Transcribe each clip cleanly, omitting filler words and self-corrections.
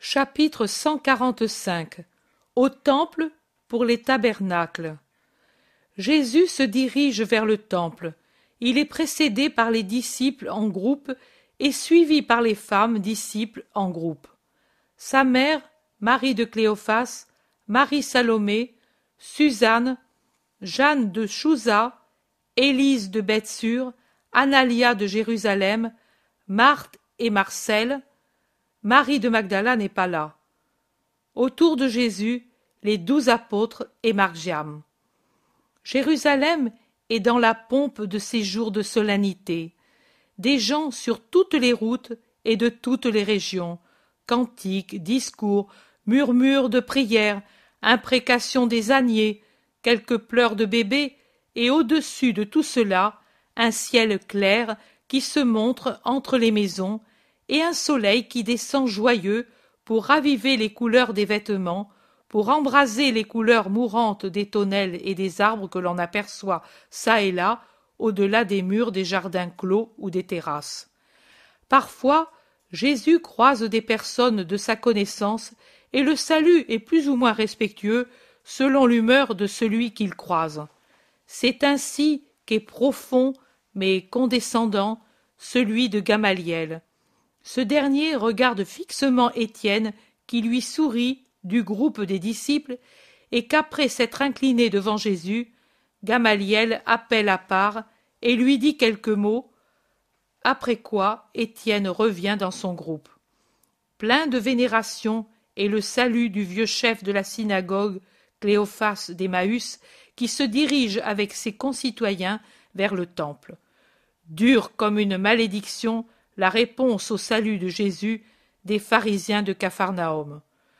Chapitre 145. Au temple pour les tabernacles. Jésus se dirige vers le temple. Il est précédé par les disciples en groupe et suivi par les femmes disciples en groupe. Sa mère, Marie de Cléophas, Marie Salomé, Suzanne, Jeanne de Chouza, Élise de Bethsur, Analia de Jérusalem, Marthe et Marcel. Marie de Magdala n'est pas là. Autour de Jésus, les 12 apôtres et Margiam. Jérusalem est dans la pompe de ces jours de solennité. Des gens sur toutes les routes et de toutes les régions, cantiques, discours, murmures de prières, imprécations des âniers, quelques pleurs de bébés, et au-dessus de tout cela, un ciel clair qui se montre entre les maisons, et un soleil qui descend joyeux pour raviver les couleurs des vêtements, pour embraser les couleurs mourantes des tonnelles et des arbres que l'on aperçoit çà et là, au-delà des murs des jardins clos ou des terrasses. Parfois, Jésus croise des personnes de sa connaissance, et le salut est plus ou moins respectueux selon l'humeur de celui qu'il croise. C'est ainsi qu'est profond, mais condescendant, celui de Gamaliel. Ce dernier regarde fixement Étienne, qui lui sourit du groupe des disciples, et qu'après s'être incliné devant Jésus, Gamaliel appelle à part et lui dit quelques mots, après quoi Étienne revient dans son groupe. Plein de vénération et le salut du vieux chef de la synagogue, Cléophas d'Emmaüs, qui se dirige avec ses concitoyens vers le temple. Dure comme une malédiction, la réponse au salut de Jésus des pharisiens de Capharnaüm.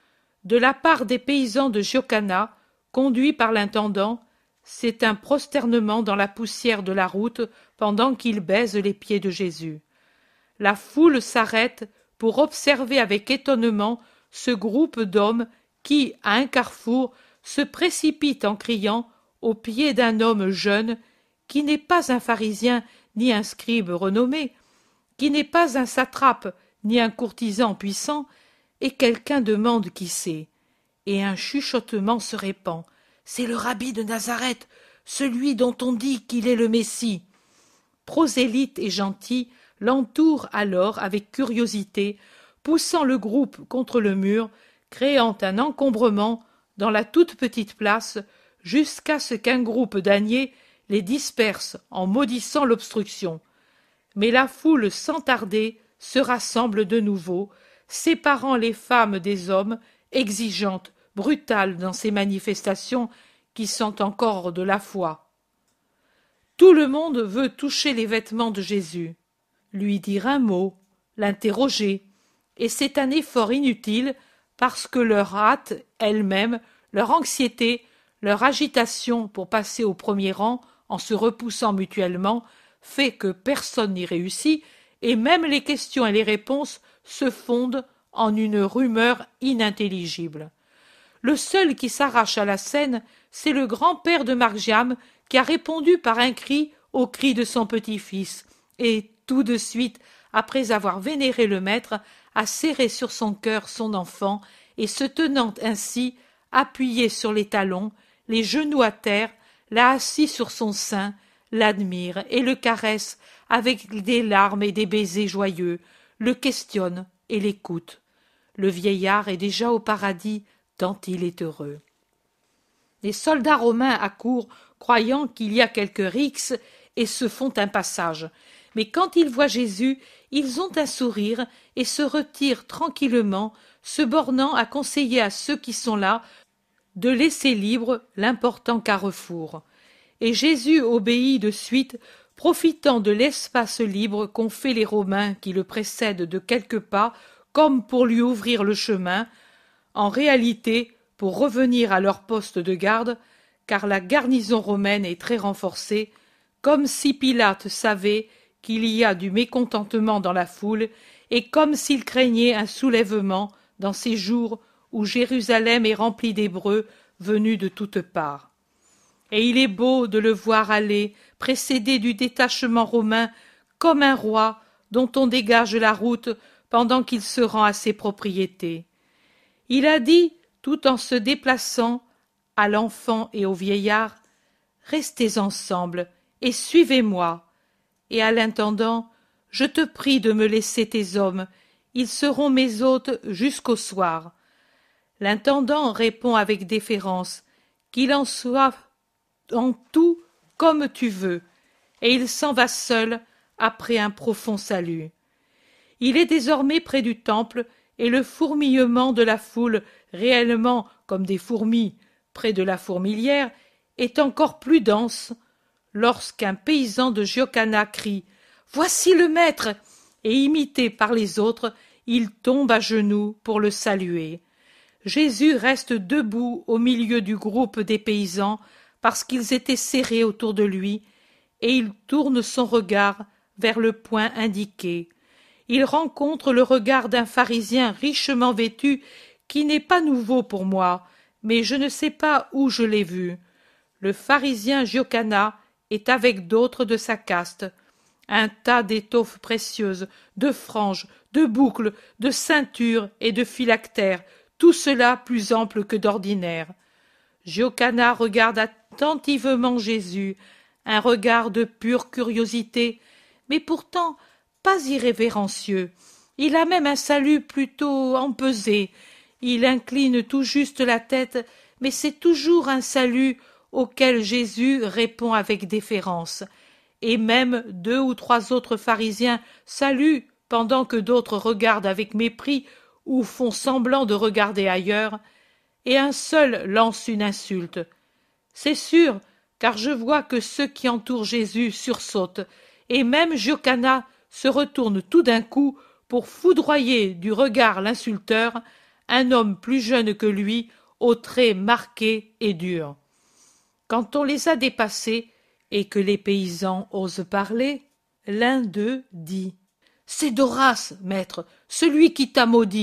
De la part des paysans de Giocana, conduits par l'intendant, c'est un prosternement dans la poussière de la route pendant qu'ils baisent les pieds de Jésus. La foule s'arrête pour observer avec étonnement ce groupe d'hommes qui, à un carrefour, se précipite en criant aux pieds d'un homme jeune qui n'est pas un pharisien ni un scribe renommé, qui n'est pas un satrape ni un courtisan puissant, et quelqu'un demande qui c'est. Et un chuchotement se répand. C'est le rabbi de Nazareth, celui dont on dit qu'il est le Messie. Prosélytes et gentils l'entourent alors avec curiosité, poussant le groupe contre le mur, créant un encombrement dans la toute petite place, jusqu'à ce qu'un groupe d'âniers les disperse en maudissant l'obstruction. Mais la foule, sans tarder, se rassemble de nouveau, séparant les femmes des hommes, exigeante, brutale dans ces manifestations qui sont encore de la foi. Tout le monde veut toucher les vêtements de Jésus, lui dire un mot, l'interroger, et c'est un effort inutile parce que leur hâte elle-même, leur anxiété, leur agitation pour passer au premier rang en se repoussant mutuellement, fait que personne n'y réussit, et même les questions et les réponses se fondent en une rumeur inintelligible. Le seul qui s'arrache à la scène, c'est le grand-père de Margiam, qui a répondu par un cri au cri de son petit-fils, et tout de suite, après avoir vénéré le maître, a serré sur son cœur son enfant, et se tenant ainsi, appuyé sur les talons, les genoux à terre, l'a assis sur son sein, l'admire et le caresse avec des larmes et des baisers joyeux, le questionne et l'écoute. Le vieillard est déjà au paradis, tant il est heureux. Les soldats romains accourent, croyant qu'il y a quelques rixes, et se font un passage. Mais quand ils voient Jésus, ils ont un sourire et se retirent tranquillement, se bornant à conseiller à ceux qui sont là de laisser libre l'important carrefour. Et Jésus obéit de suite, profitant de l'espace libre qu'ont fait les Romains qui le précèdent de quelques pas, comme pour lui ouvrir le chemin, en réalité pour revenir à leur poste de garde, car la garnison romaine est très renforcée, comme si Pilate savait qu'il y a du mécontentement dans la foule, et comme s'il craignait un soulèvement dans ces jours où Jérusalem est remplie d'Hébreux venus de toutes parts. Et il est beau de le voir aller, précédé du détachement romain, comme un roi dont on dégage la route pendant qu'il se rend à ses propriétés. Il a dit, tout en se déplaçant, à l'enfant et au vieillard, « Restez ensemble et suivez-moi. » Et à l'intendant, « Je te prie de me laisser tes hommes, ils seront mes hôtes jusqu'au soir. » L'intendant répond avec déférence, « Qu'il en soit en tout comme tu veux. » Et il s'en va seul, après un profond salut. Il est désormais près du temple, et le fourmillement de la foule, réellement comme des fourmis près de la fourmilière, est encore plus dense, lorsqu'un paysan de Giocana crie « Voici le maître !» et imité par les autres, il tombe à genoux pour le saluer. Jésus reste debout au milieu du groupe des paysans, parce qu'ils étaient serrés autour de lui, et il tourne son regard vers le point indiqué. Il rencontre le regard d'un pharisien richement vêtu qui n'est pas nouveau pour moi, mais je ne sais pas où je l'ai vu. Le pharisien Giocana est avec d'autres de sa caste. Un tas d'étoffes précieuses, de franges, de boucles, de ceintures et de phylactères, tout cela plus ample que d'ordinaire. Giocana regarde attentivement Jésus, un regard de pure curiosité, mais pourtant pas irrévérencieux. Il a même un salut plutôt empesé. Il incline tout juste la tête, mais c'est toujours un salut auquel Jésus répond avec déférence. Et même 2 ou 3 autres pharisiens saluent pendant que d'autres regardent avec mépris ou font semblant de regarder ailleurs, et un seul lance une insulte. C'est sûr, car je vois que ceux qui entourent Jésus sursautent, et même Giocana se retourne tout d'un coup pour foudroyer du regard l'insulteur, un homme plus jeune que lui, aux traits marqués et durs. Quand on les a dépassés, et que les paysans osent parler, l'un d'eux dit « C'est d'Horace, maître, celui qui t'a maudit. »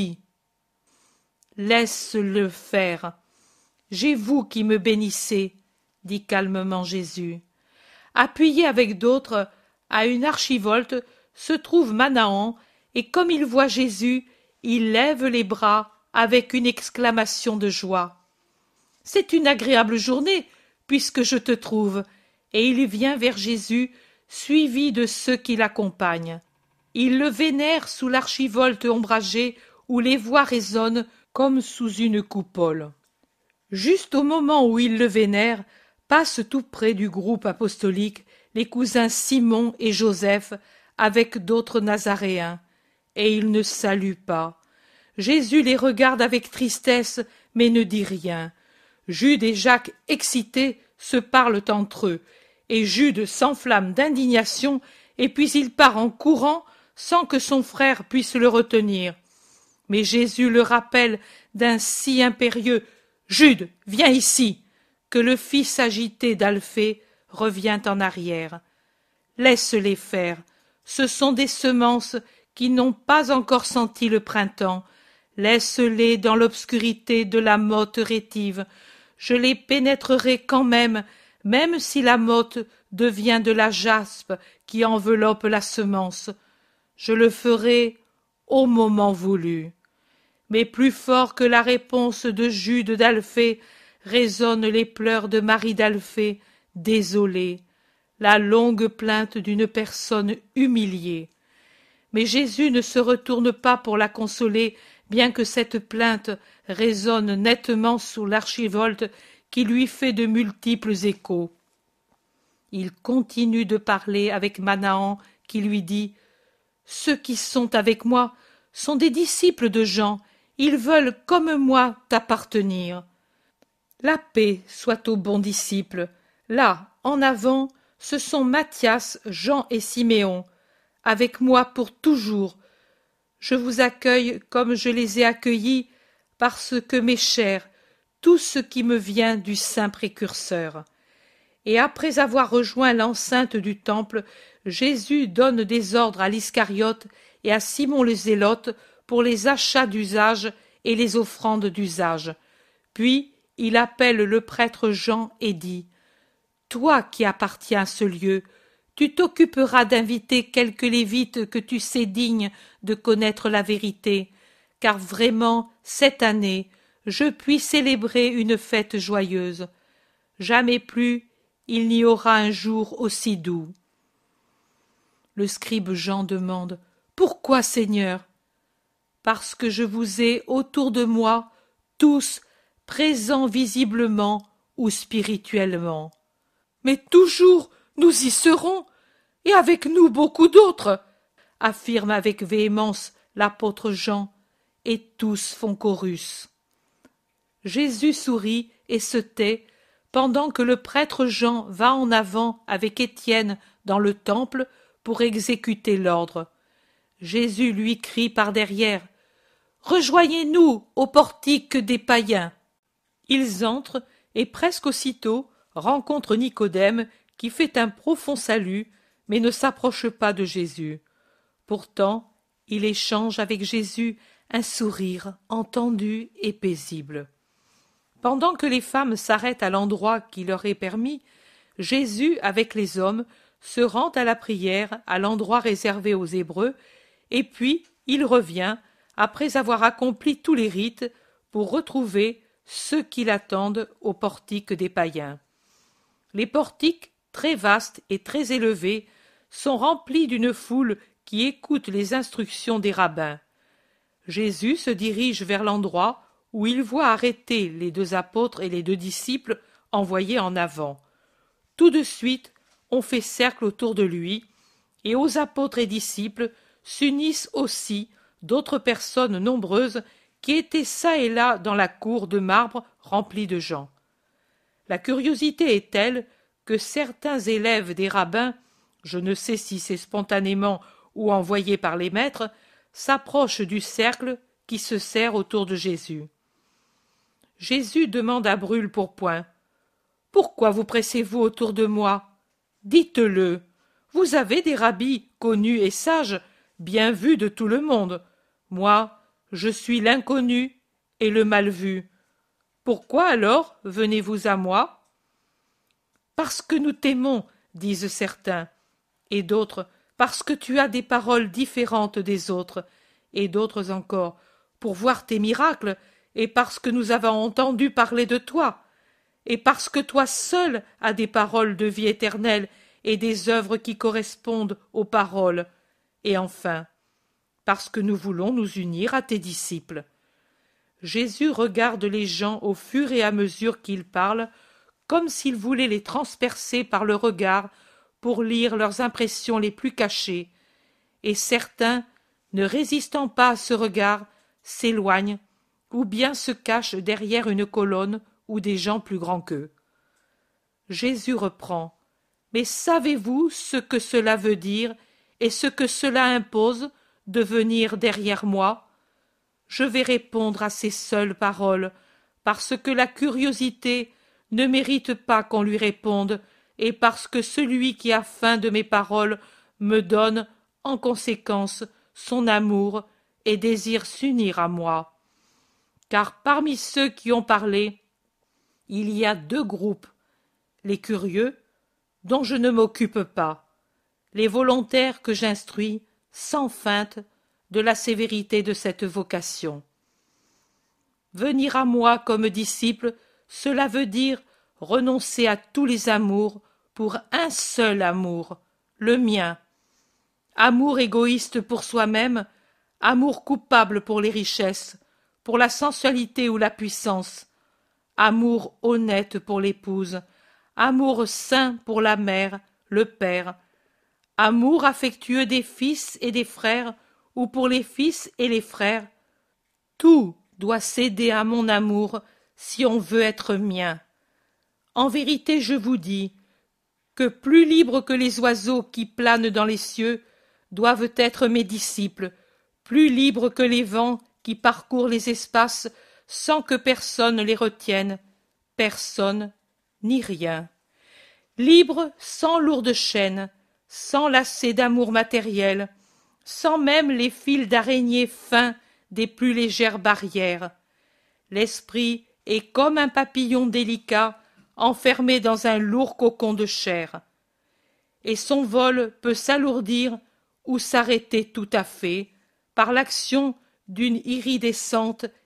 Laisse-le faire. J'ai vous qui me bénissez, dit calmement Jésus. Appuyé avec d'autres, à une archivolte, se trouve Manahan, et comme il voit Jésus, il lève les bras avec une exclamation de joie. C'est une agréable journée, puisque je te trouve, et il vient vers Jésus, suivi de ceux qui l'accompagnent. Il le vénère sous l'archivolte ombragée où les voix résonnent comme sous une coupole. Juste au moment où il le vénère, passent tout près du groupe apostolique les cousins Simon et Joseph avec d'autres Nazaréens, et ils ne saluent pas. Jésus les regarde avec tristesse, mais ne dit rien. Jude et Jacques, excités, se parlent entre eux, et Jude s'enflamme d'indignation, et puis il part en courant sans que son frère puisse le retenir. Mais Jésus le rappelle d'un si impérieux « Jude, viens ici !» que le fils agité d'Alphée revient en arrière. Laisse-les faire, ce sont des semences qui n'ont pas encore senti le printemps. Laisse-les dans l'obscurité de la motte rétive. Je les pénétrerai quand même, même si la motte devient de la jaspe qui enveloppe la semence. Je le ferai au moment voulu. Mais plus fort que la réponse de Jude d'Alphée résonnent les pleurs de Marie d'Alphée, désolée, la longue plainte d'une personne humiliée. Mais Jésus ne se retourne pas pour la consoler, bien que cette plainte résonne nettement sous l'archivolte qui lui fait de multiples échos. Il continue de parler avec Manahan qui lui dit « Ceux qui sont avec moi sont des disciples de Jean, ils veulent comme moi t'appartenir. » La paix soit aux bons disciples. Là, en avant, ce sont Matthias, Jean et Siméon, avec moi pour toujours. Je vous accueille comme je les ai accueillis, parce que mes chers, tout ce qui me vient du Saint Précurseur. Et après avoir rejoint l'enceinte du temple, Jésus donne des ordres à l'Iscariote et à Simon le Zélote pour les achats d'usage et les offrandes d'usage. Puis il appelle le prêtre Jean et dit « Toi qui appartiens à ce lieu, tu t'occuperas d'inviter quelques Lévites que tu sais dignes de connaître la vérité, car vraiment, cette année, je puis célébrer une fête joyeuse. Jamais plus il n'y aura un jour aussi doux. Le scribe Jean demande: Pourquoi, Seigneur? Parce que je vous ai autour de moi, tous, présents visiblement ou spirituellement. Mais toujours nous y serons, et avec nous beaucoup d'autres, affirme avec véhémence l'apôtre Jean, et tous font chorus. Jésus sourit et se tait, pendant que le prêtre Jean va en avant avec Étienne dans le temple pour exécuter l'ordre. Jésus lui crie par derrière: Rejoignez-nous au portique des païens. Ils entrent et presque aussitôt rencontrent Nicodème qui fait un profond salut mais ne s'approche pas de Jésus. Pourtant, il échange avec Jésus un sourire entendu et paisible. Pendant que les femmes s'arrêtent à l'endroit qui leur est permis, Jésus, avec les hommes, se rend à la prière à l'endroit réservé aux Hébreux, et puis il revient, après avoir accompli tous les rites, pour retrouver ceux qui l'attendent au portique des païens. Les portiques, très vastes et très élevés, sont remplis d'une foule qui écoute les instructions des rabbins. Jésus se dirige vers l'endroit où il voit arrêter les 2 apôtres et les 2 disciples envoyés en avant. Tout de suite, on fait cercle autour de lui, et aux apôtres et disciples s'unissent aussi d'autres personnes nombreuses qui étaient çà et là dans la cour de marbre remplie de gens. La curiosité est telle que certains élèves des rabbins, je ne sais si c'est spontanément ou envoyés par les maîtres, s'approchent du cercle qui se serre autour de Jésus. Jésus demande à brûle-pourpoint: Pourquoi vous pressez-vous autour de moi? Dites-le. Vous avez des rabbis connus et sages, bien vus de tout le monde. Moi, je suis l'inconnu et le mal vu. Pourquoi alors venez-vous à moi? Parce que nous t'aimons, disent certains, et d'autres parce que tu as des paroles différentes des autres, et d'autres encore pour voir tes miracles, et parce que nous avons entendu parler de toi, et parce que toi seul as des paroles de vie éternelle et des œuvres qui correspondent aux paroles, et enfin, parce que nous voulons nous unir à tes disciples. Jésus regarde les gens au fur et à mesure qu'ils parlent, comme s'il voulait les transpercer par le regard pour lire leurs impressions les plus cachées, et certains, ne résistant pas à ce regard, s'éloignent ou bien se cachent derrière une colonne ou des gens plus grands qu'eux. Jésus reprend: Mais savez-vous ce que cela veut dire et ce que cela impose de venir derrière moi? Je vais répondre à ces seules paroles, parce que la curiosité ne mérite pas qu'on lui réponde, et parce que celui qui a faim de mes paroles me donne, en conséquence, son amour et désire s'unir à moi. Car parmi ceux qui ont parlé, il y a 2 groupes: les curieux, dont je ne m'occupe pas, les volontaires que j'instruis, sans feinte, de la sévérité de cette vocation. Venir à moi comme disciple, cela veut dire renoncer à tous les amours pour un seul amour, le mien. Amour égoïste pour soi-même, amour coupable pour les richesses, pour la sensualité ou la puissance, amour honnête pour l'épouse, amour saint pour la mère, le père, amour affectueux des fils et des frères, ou pour les fils et les frères. Tout doit céder à mon amour si on veut être mien. En vérité, je vous dis que plus libres que les oiseaux qui planent dans les cieux doivent être mes disciples, plus libres que les vents qui parcourent les espaces sans que personne les retienne, personne ni rien. Libres sans lourdes chaînes, sans lacets d'amour matériel, sans même les fils d'araignée fins des plus légères barrières. L'esprit est comme un papillon délicat enfermé dans un lourd cocon de chair, et son vol peut s'alourdir ou s'arrêter tout à fait par l'action d'une iridescente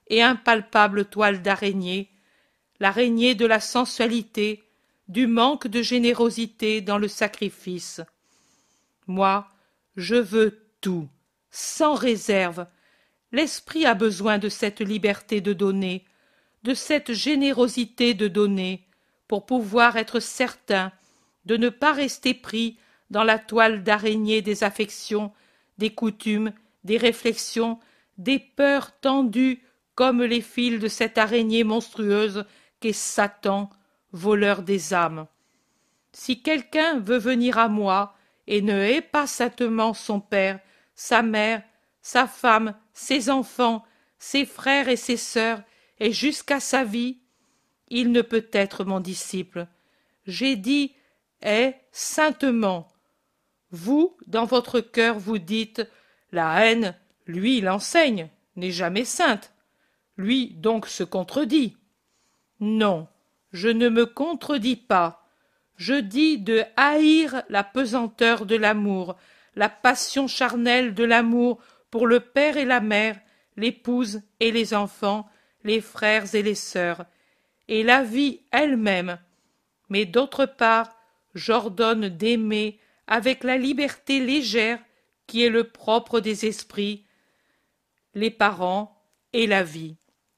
et impalpable toile d'araignée, l'araignée de la sensualité, du manque de générosité dans le sacrifice. Moi, je veux tout, sans réserve. L'esprit a besoin de cette liberté de donner, de cette générosité de donner, pour pouvoir être certain de ne pas rester pris dans la toile d'araignée des affections, des coutumes, des réflexions, des peurs tendues comme les fils de cette araignée monstrueuse qu'est Satan, voleur des âmes. Si quelqu'un veut venir à moi et ne hait pas saintement son père, sa mère, sa femme, ses enfants, ses frères et ses sœurs, et jusqu'à sa vie, il ne peut être mon disciple. J'ai dit hait saintement. Vous, dans votre cœur, vous dites la haine, lui, l'enseigne, n'est jamais sainte. Lui donc se contredit. Non, je ne me contredis pas. Je dis de haïr la pesanteur de l'amour, la passion charnelle de l'amour pour le père et la mère, l'épouse et les enfants, les frères et les sœurs, et la vie elle-même. Mais d'autre part, j'ordonne d'aimer avec la liberté légère qui est le propre des esprits, les parents et la vie.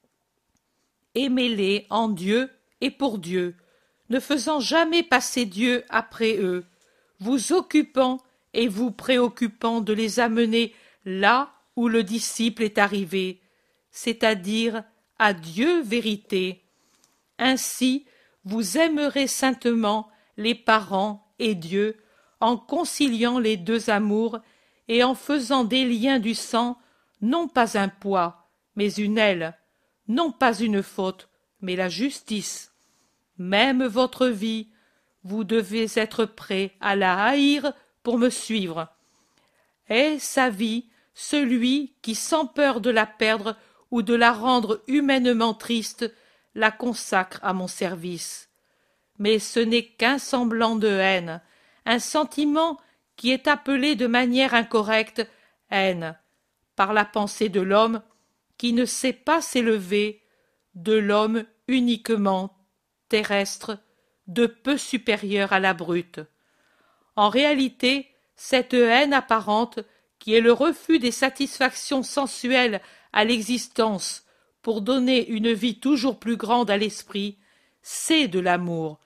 Aimez-les en Dieu et pour Dieu, ne faisant jamais passer Dieu après eux, vous occupant et vous préoccupant de les amener là où le disciple est arrivé, c'est-à-dire à Dieu vérité. Ainsi, vous aimerez saintement les parents et Dieu, en conciliant les deux amours et en faisant des liens du sang non pas un poids, mais une aile, non pas une faute, mais la justice. Même votre vie, vous devez être prêt à la haïr pour me suivre. Est sa vie celui qui, sans peur de la perdre ou de la rendre humainement triste, la consacre à mon service. Mais ce n'est qu'un semblant de haine, un sentiment qui est appelé de manière incorrecte haine, par la pensée de l'homme qui ne sait pas s'élever, de l'homme uniquement terrestre, de peu supérieur à la brute. En réalité, cette haine apparente, qui est le refus des satisfactions sensuelles à l'existence pour donner une vie toujours plus grande à l'esprit, c'est de l'amour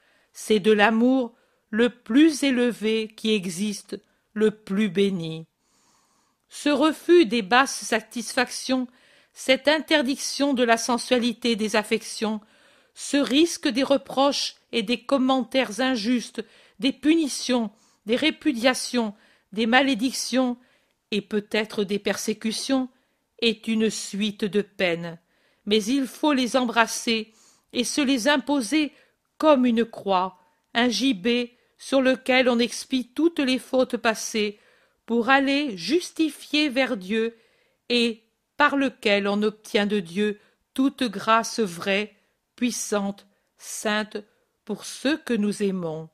le plus élevé qui existe, le plus béni. Ce refus des basses satisfactions, cette interdiction de la sensualité des affections, ce risque des reproches et des commentaires injustes, des punitions, des répudiations, des malédictions et peut-être des persécutions, est une suite de peines, mais il faut les embrasser et se les imposer comme une croix, un gibet sur lequel on expie toutes les fautes passées, pour aller justifier vers Dieu et par lequel on obtient de Dieu toute grâce vraie, puissante, sainte pour ceux que nous aimons.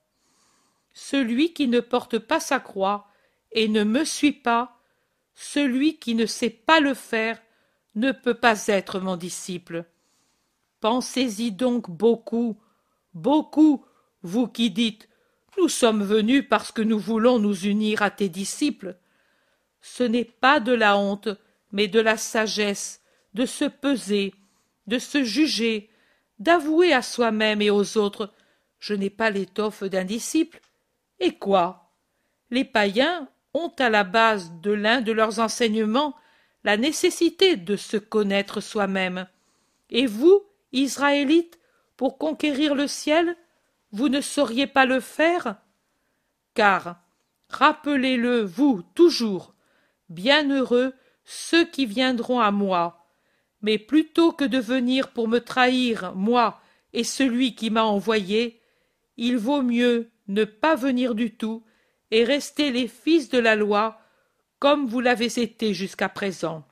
Celui qui ne porte pas sa croix et ne me suit pas, celui qui ne sait pas le faire, ne peut pas être mon disciple. Pensez-y donc beaucoup, beaucoup, vous qui dites « Nous sommes venus parce que nous voulons nous unir à tes disciples ». Ce n'est pas de la honte, mais de la sagesse, de se peser, de se juger, d'avouer à soi-même et aux autres « Je n'ai pas l'étoffe d'un disciple ». Et quoi? Les païens ont à la base de l'un de leurs enseignements la nécessité de se connaître soi-même. Et vous, Israélites, pour conquérir le ciel, vous ne sauriez pas le faire? Car, rappelez-le, vous, toujours, bienheureux ceux qui viendront à moi, mais plutôt que de venir pour me trahir, moi et celui qui m'a envoyé, il vaut mieux ne pas venir du tout et rester les fils de la loi comme vous l'avez été jusqu'à présent.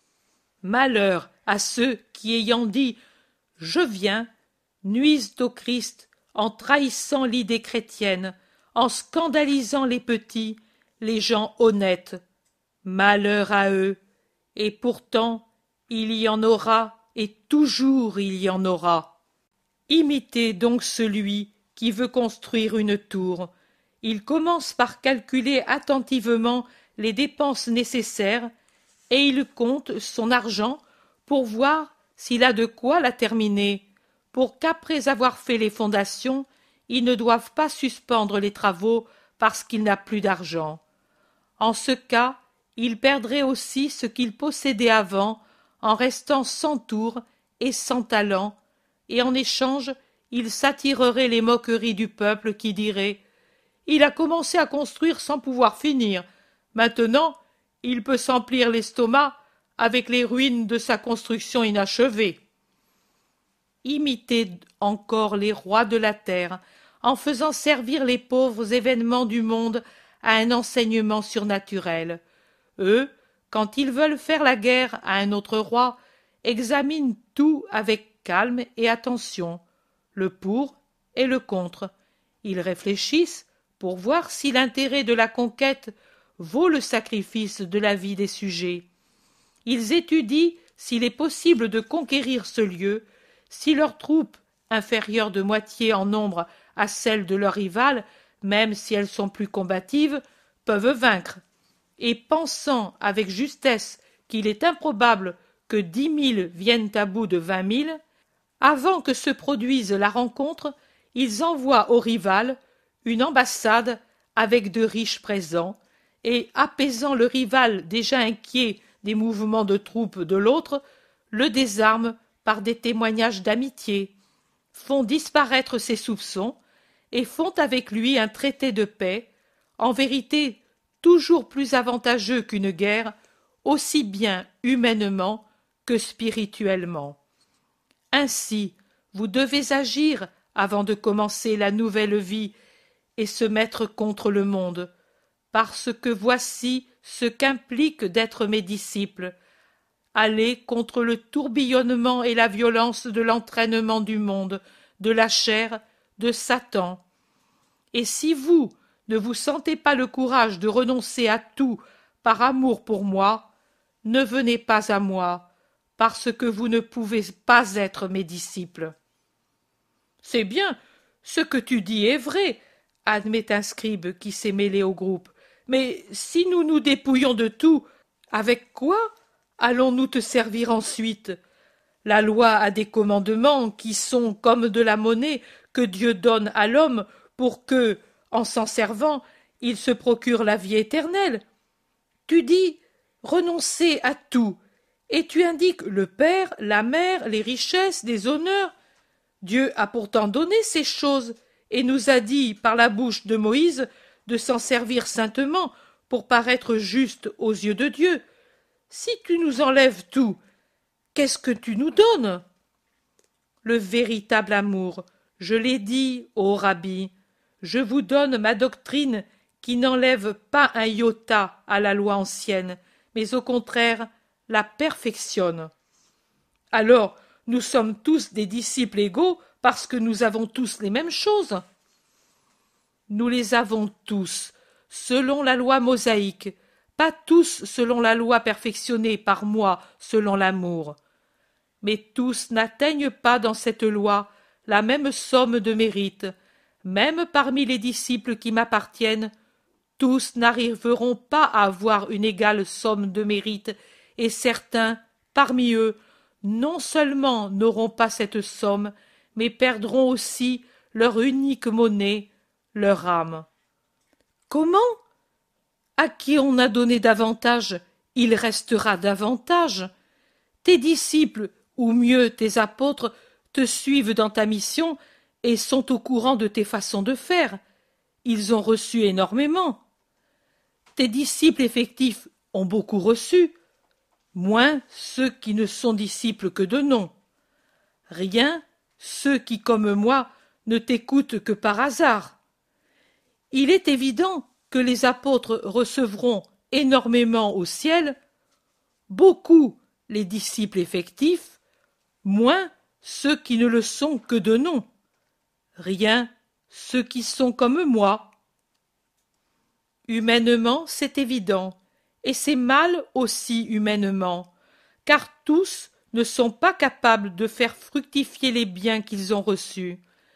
Malheur à ceux qui, ayant dit « Je viens », nuisent au Christ en trahissant l'idée chrétienne, en scandalisant les petits, les gens honnêtes. Malheur à eux, et pourtant il y en aura et toujours il y en aura. Imitez donc celui qui veut construire une tour. Il commence par calculer attentivement les dépenses nécessaires et il compte son argent pour voir s'il a de quoi la terminer, pour qu'après avoir fait les fondations, il ne doive pas suspendre les travaux parce qu'il n'a plus d'argent. En ce cas, il perdrait aussi ce qu'il possédait avant en restant sans tour et sans talent, et en échange, il s'attirerait les moqueries du peuple qui dirait « Il a commencé à construire sans pouvoir finir. Maintenant, il peut s'emplir l'estomac avec les ruines de sa construction inachevée. » Imitez encore les rois de la terre, en faisant servir les pauvres événements du monde à un enseignement surnaturel. Eux, quand ils veulent faire la guerre à un autre roi, examinent tout avec calme et attention, le pour et le contre. Ils réfléchissent pour voir si l'intérêt de la conquête vaut le sacrifice de la vie des sujets. Ils étudient s'il est possible de conquérir ce lieu, si leurs troupes, inférieures de moitié en nombre à celles de leurs rivales, même si elles sont plus combatives, peuvent vaincre. Et pensant avec justesse qu'il est improbable que 10 000 viennent à bout de 20 000, avant que se produise la rencontre, ils envoient au rival une ambassade avec de riches présents, et, apaisant le rival déjà inquiet des mouvements de troupes de l'autre, le désarment par des témoignages d'amitié, font disparaître ses soupçons, et font avec lui un traité de paix, en vérité toujours plus avantageux qu'une guerre, aussi bien humainement que spirituellement. Ainsi, vous devez agir avant de commencer la nouvelle vie et se mettre contre le monde, parce que voici ce qu'implique d'être mes disciples, aller contre le tourbillonnement et la violence de l'entraînement du monde, de la chair, de Satan. Et si vous ne vous sentez pas le courage de renoncer à tout par amour pour moi, ne venez pas à moi, parce que vous ne pouvez pas être mes disciples. C'est bien, ce que tu dis est vrai, admet un scribe qui s'est mêlé au groupe. Mais si nous nous dépouillons de tout, avec quoi allons-nous te servir ensuite? La loi a des commandements qui sont comme de la monnaie que Dieu donne à l'homme pour que, en s'en servant, il se procure la vie éternelle. Tu dis renoncer à tout, et tu indiques le père, la mère, les richesses, les honneurs. Dieu a pourtant donné ces choses, et nous a dit par la bouche de Moïse de s'en servir saintement pour paraître juste aux yeux de Dieu. Si tu nous enlèves tout, qu'est-ce que tu nous donnes? Le véritable amour, je l'ai dit, ô Rabbi, je vous donne ma doctrine qui n'enlève pas un iota à la loi ancienne, mais au contraire la perfectionne. Alors, nous sommes tous des disciples égaux parce que nous avons tous les mêmes choses. Nous les avons tous, selon la loi mosaïque, pas tous selon la loi perfectionnée par moi, selon l'amour. Mais tous n'atteignent pas dans cette loi la même somme de mérite. Même parmi les disciples qui m'appartiennent, tous n'arriveront pas à avoir une égale somme de mérite, et certains, parmi eux, non seulement n'auront pas cette somme, mais perdront aussi leur unique monnaie, leur âme. Comment? À qui on a donné davantage, il restera davantage. Tes disciples, ou mieux tes apôtres, te suivent dans ta mission et sont au courant de tes façons de faire. Ils ont reçu énormément. Tes disciples effectifs ont beaucoup reçu, moins ceux qui ne sont disciples que de nom. Rien ceux qui, comme moi, ne t'écoutent que par hasard. Il est évident que les apôtres recevront énormément au ciel, beaucoup les disciples effectifs, moins ceux qui ne le sont que de nom, rien ceux qui sont comme moi. Humainement, c'est évident, et c'est mal aussi humainement, car tous ne sont pas capables de faire fructifier les biens qu'ils ont reçus.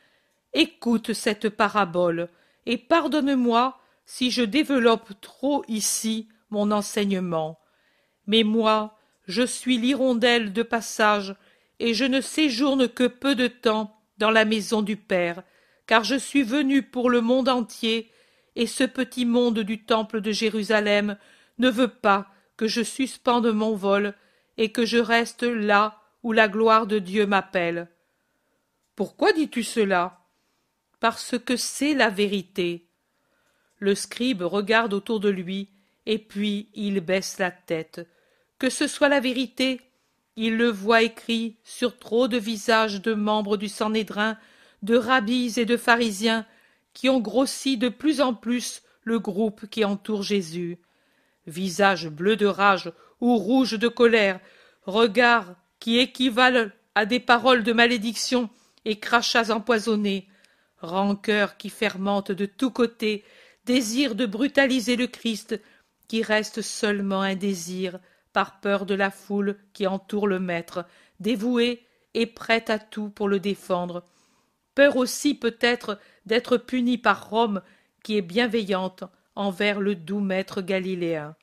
Écoute cette parabole, et pardonne-moi si je développe trop ici mon enseignement. Mais moi, je suis l'hirondelle de passage, et je ne séjourne que peu de temps dans la maison du Père, car je suis venu pour le monde entier, et ce petit monde du temple de Jérusalem ne veut pas que je suspende mon vol et que je reste là où la gloire de Dieu m'appelle. Pourquoi dis-tu cela? Parce que c'est la vérité. Le scribe regarde autour de lui, et puis il baisse la tête. Que ce soit la vérité, il le voit écrit sur trop de visages de membres du Sanhédrin, de rabbis et de pharisiens, qui ont grossi de plus en plus le groupe qui entoure Jésus. Visages bleus de rage ou rouges de colère, regards qui équivalent à des paroles de malédiction et crachats empoisonnés, rancœur qui fermente de tous côtés, désir de brutaliser le Christ, qui reste seulement un désir, par peur de la foule qui entoure le Maître, dévoué et prêt à tout pour le défendre. Peur aussi peut-être d'être puni par Rome, qui est bienveillante envers le doux Maître galiléen.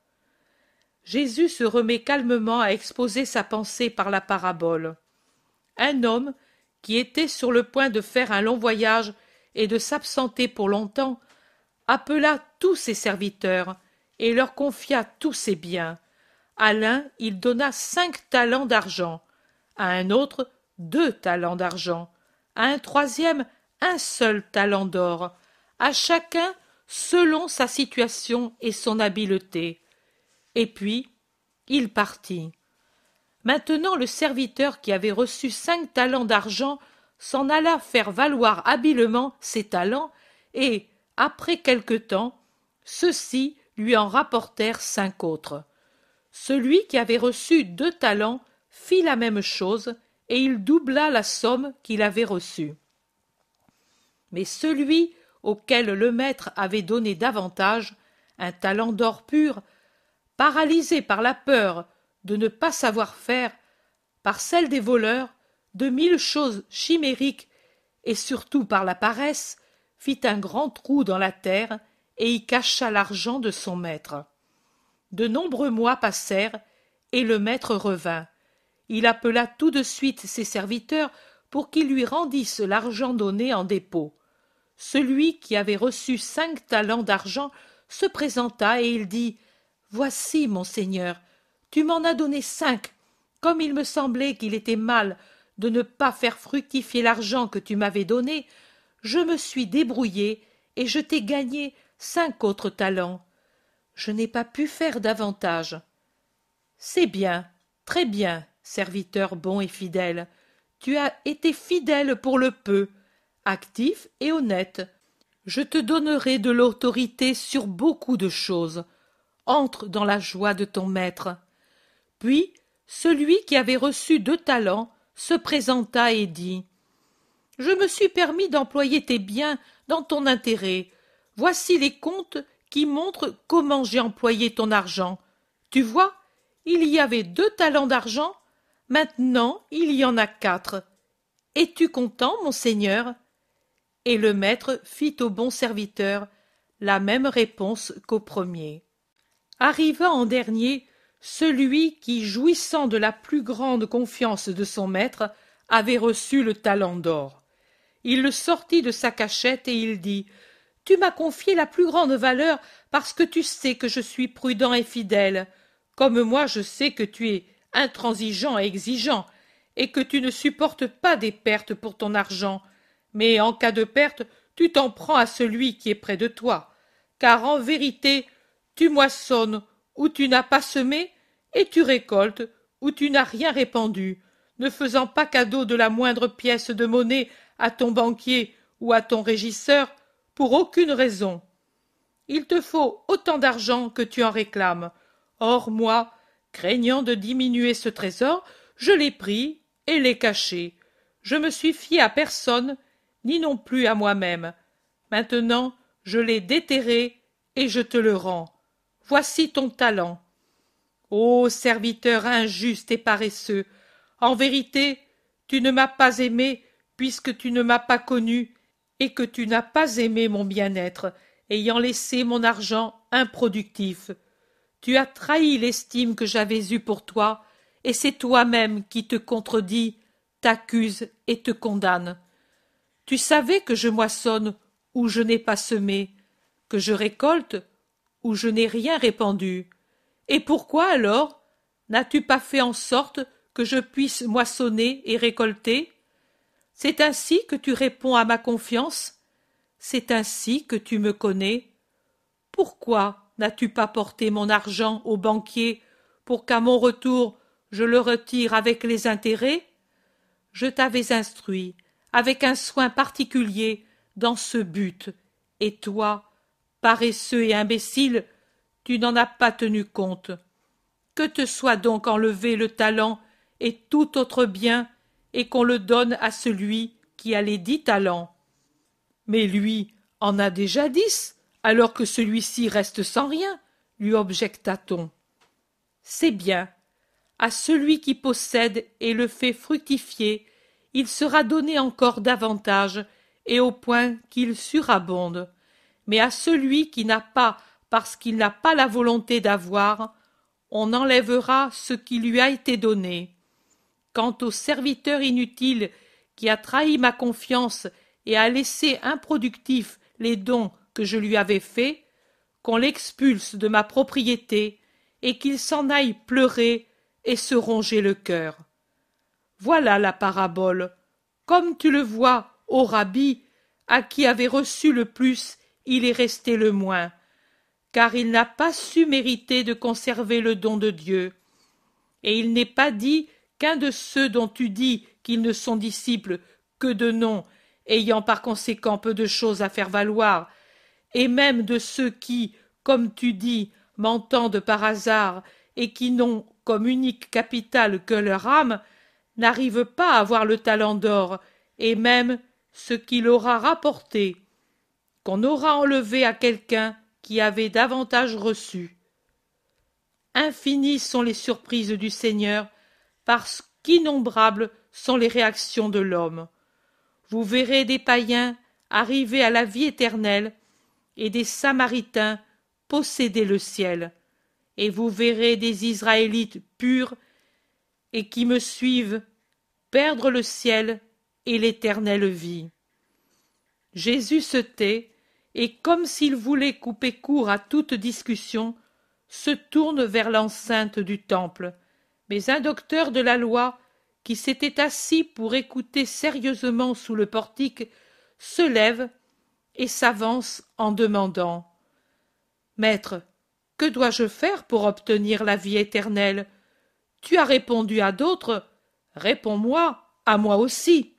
Jésus se remet calmement à exposer sa pensée par la parabole. Un homme, qui était sur le point de faire un long voyage et de s'absenter pour longtemps, appela tous ses serviteurs et leur confia tous ses biens. À l'un, il donna 5 talents d'argent, à un autre 2 talents d'argent, à un troisième 1 seul talent d'or, à chacun selon sa situation et son habileté. Et puis, il partit. Maintenant le serviteur qui avait reçu 5 talents d'argent s'en alla faire valoir habilement ses talents, et, après quelque temps, ceux-ci lui en rapportèrent 5 autres. Celui qui avait reçu 2 talents fit la même chose, et il doubla la somme qu'il avait reçue. Mais celui auquel le maître avait donné davantage, un talent d'or pur, paralysé par la peur de ne pas savoir faire, par celle des voleurs, de 1000 choses chimériques, et surtout par la paresse, fit un grand trou dans la terre et y cacha l'argent de son maître. De nombreux mois passèrent, et le maître revint. Il appela tout de suite ses serviteurs pour qu'ils lui rendissent l'argent donné en dépôt. Celui qui avait reçu 5 talents d'argent se présenta et il dit « Voici, mon seigneur, tu m'en as donné 5. Comme il me semblait qu'il était mal de ne pas faire fructifier l'argent que tu m'avais donné, je me suis débrouillé et je t'ai gagné 5 autres talents. Je n'ai pas pu faire davantage. » C'est bien, très bien, serviteur bon et fidèle. Tu as été fidèle pour le peu, actif et honnête. Je te donnerai de l'autorité sur beaucoup de choses. Entre dans la joie de ton maître. Puis, celui qui avait reçu 2 talents se présenta et dit « Je me suis permis d'employer tes biens dans ton intérêt. Voici les comptes qui montrent comment j'ai employé ton argent. Tu vois, il y avait 2 talents d'argent, maintenant il y en a 4. Es-tu content, mon seigneur ?» Et le maître fit au bon serviteur la même réponse qu'au premier. Arriva en dernier celui qui, jouissant de la plus grande confiance de son maître, avait reçu le talent d'or. Il le sortit de sa cachette et il dit « Tu m'as confié la plus grande valeur parce que tu sais que je suis prudent et fidèle. Comme moi je sais que tu es intransigeant et exigeant, et que tu ne supportes pas des pertes pour ton argent. Mais en cas de perte, tu t'en prends à celui qui est près de toi. Car en vérité, tu moissonnes où tu n'as pas semé, et tu récoltes où tu n'as rien répandu, ne faisant pas cadeau de la moindre pièce de monnaie à ton banquier ou à ton régisseur, pour aucune raison. Il te faut autant d'argent que tu en réclames. Or moi, craignant de diminuer ce trésor, je l'ai pris et l'ai caché. Je me suis fié à personne, ni non plus à moi-même. Maintenant, je l'ai déterré et je te le rends. Voici ton talent. Ô serviteur injuste et paresseux, En vérité, tu ne m'as pas aimé, puisque tu ne m'as pas connu, et que tu n'as pas aimé mon bien-être, ayant laissé mon argent improductif. Tu as trahi l'estime que j'avais eue pour toi, et c'est toi-même qui te contredis, t'accuses et te condamnes. Tu savais que je moissonne où je n'ai pas semé, que je récolte où je n'ai rien répandu. Et pourquoi alors n'as-tu pas fait en sorte que je puisse moissonner et récolter? C'est ainsi que tu réponds à ma confiance? C'est ainsi que tu me connais? Pourquoi n'as-tu pas porté mon argent au banquier pour qu'à mon retour je le retire avec les intérêts? Je t'avais instruit avec un soin particulier dans ce but, et toi, paresseux et imbécile, tu n'en as pas tenu compte. Que te soit donc enlevé le talent et tout autre bien, et qu'on le donne à celui qui a les 10 talents. Mais lui en a déjà 10, alors que celui-ci reste sans rien, lui objecta-t-on. C'est bien. À celui qui possède et le fait fructifier, il sera donné encore davantage, et au point qu'il surabonde. Mais à celui qui n'a pas, parce qu'il n'a pas la volonté d'avoir, on enlèvera ce qui lui a été donné. Quant au serviteur inutile qui a trahi ma confiance et a laissé improductifs les dons que je lui avais faits, qu'on l'expulse de ma propriété et qu'il s'en aille pleurer et se ronger le cœur. Voilà la parabole. Comme tu le vois, ô Rabbi, à qui avait reçu le plus, il est resté le moins, car il n'a pas su mériter de conserver le don de Dieu. Et il n'est pas dit qu'un de ceux dont tu dis qu'ils ne sont disciples que de nom, ayant par conséquent peu de choses à faire valoir, et même de ceux qui, comme tu dis, m'entendent par hasard, et qui n'ont comme unique capital que leur âme, n'arrivent pas à avoir le talent d'or, et même ce qu'il aura rapporté, qu'on aura enlevé à quelqu'un qui avait davantage reçu. Infinies sont les surprises du Seigneur, parce qu'innombrables sont les réactions de l'homme. Vous verrez des païens arriver à la vie éternelle, et des Samaritains posséder le ciel, et vous verrez des Israélites purs et qui me suivent perdre le ciel et l'éternelle vie. Jésus se tait, et comme s'il voulait couper court à toute discussion, se tourne vers l'enceinte du temple. Mais un docteur de la loi, qui s'était assis pour écouter sérieusement sous le portique, se lève et s'avance en demandant: Maître, que dois-je faire pour obtenir la vie éternelle? Tu as répondu à d'autres, réponds-moi, à moi aussi.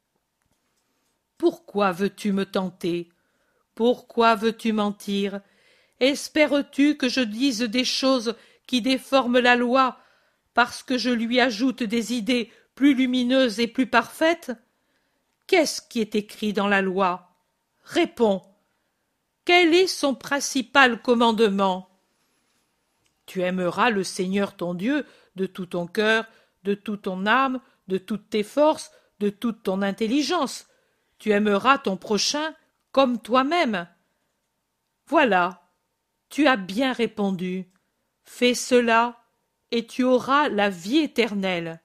Pourquoi veux-tu me tenter? Pourquoi veux-tu mentir? Espères-tu que je dise des choses qui déforment la loi, parce que je lui ajoute des idées plus lumineuses et plus parfaites? Qu'est-ce qui est écrit dans la loi? Réponds. Quel est son principal commandement? Tu aimeras le Seigneur ton Dieu de tout ton cœur, de toute ton âme, de toutes tes forces, de toute ton intelligence. Tu aimeras ton prochain comme toi-même. Voilà, tu as bien répondu. Fais cela, et tu auras la vie éternelle.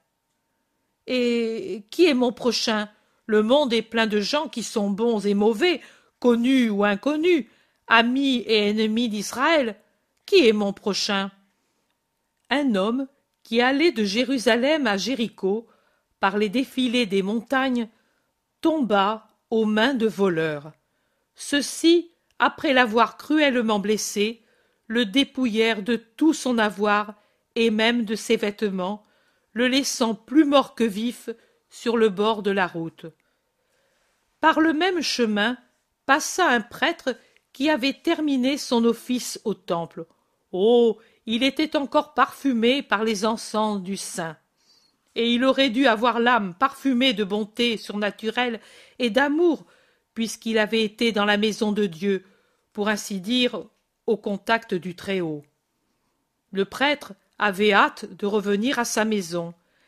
Et qui est mon prochain? Le monde est plein de gens qui sont bons et mauvais, connus ou inconnus, amis et ennemis d'Israël. Qui est mon prochain? Un homme qui allait de Jérusalem à Jéricho, par les défilés des montagnes, tomba aux mains de voleurs. Ceux-ci, après l'avoir cruellement blessé, le dépouillèrent de tout son avoir et même de ses vêtements, le laissant plus mort que vif sur le bord de la route. Par le même chemin passa un prêtre qui avait terminé son office au temple. Oh, il était encore parfumé par les encens du saint. Et il aurait dû avoir l'âme parfumée de bonté surnaturelle et d'amour, puisqu'il avait été dans la maison de Dieu, pour ainsi dire, au contact du Très-Haut. Le prêtre avait hâte de revenir à sa maison.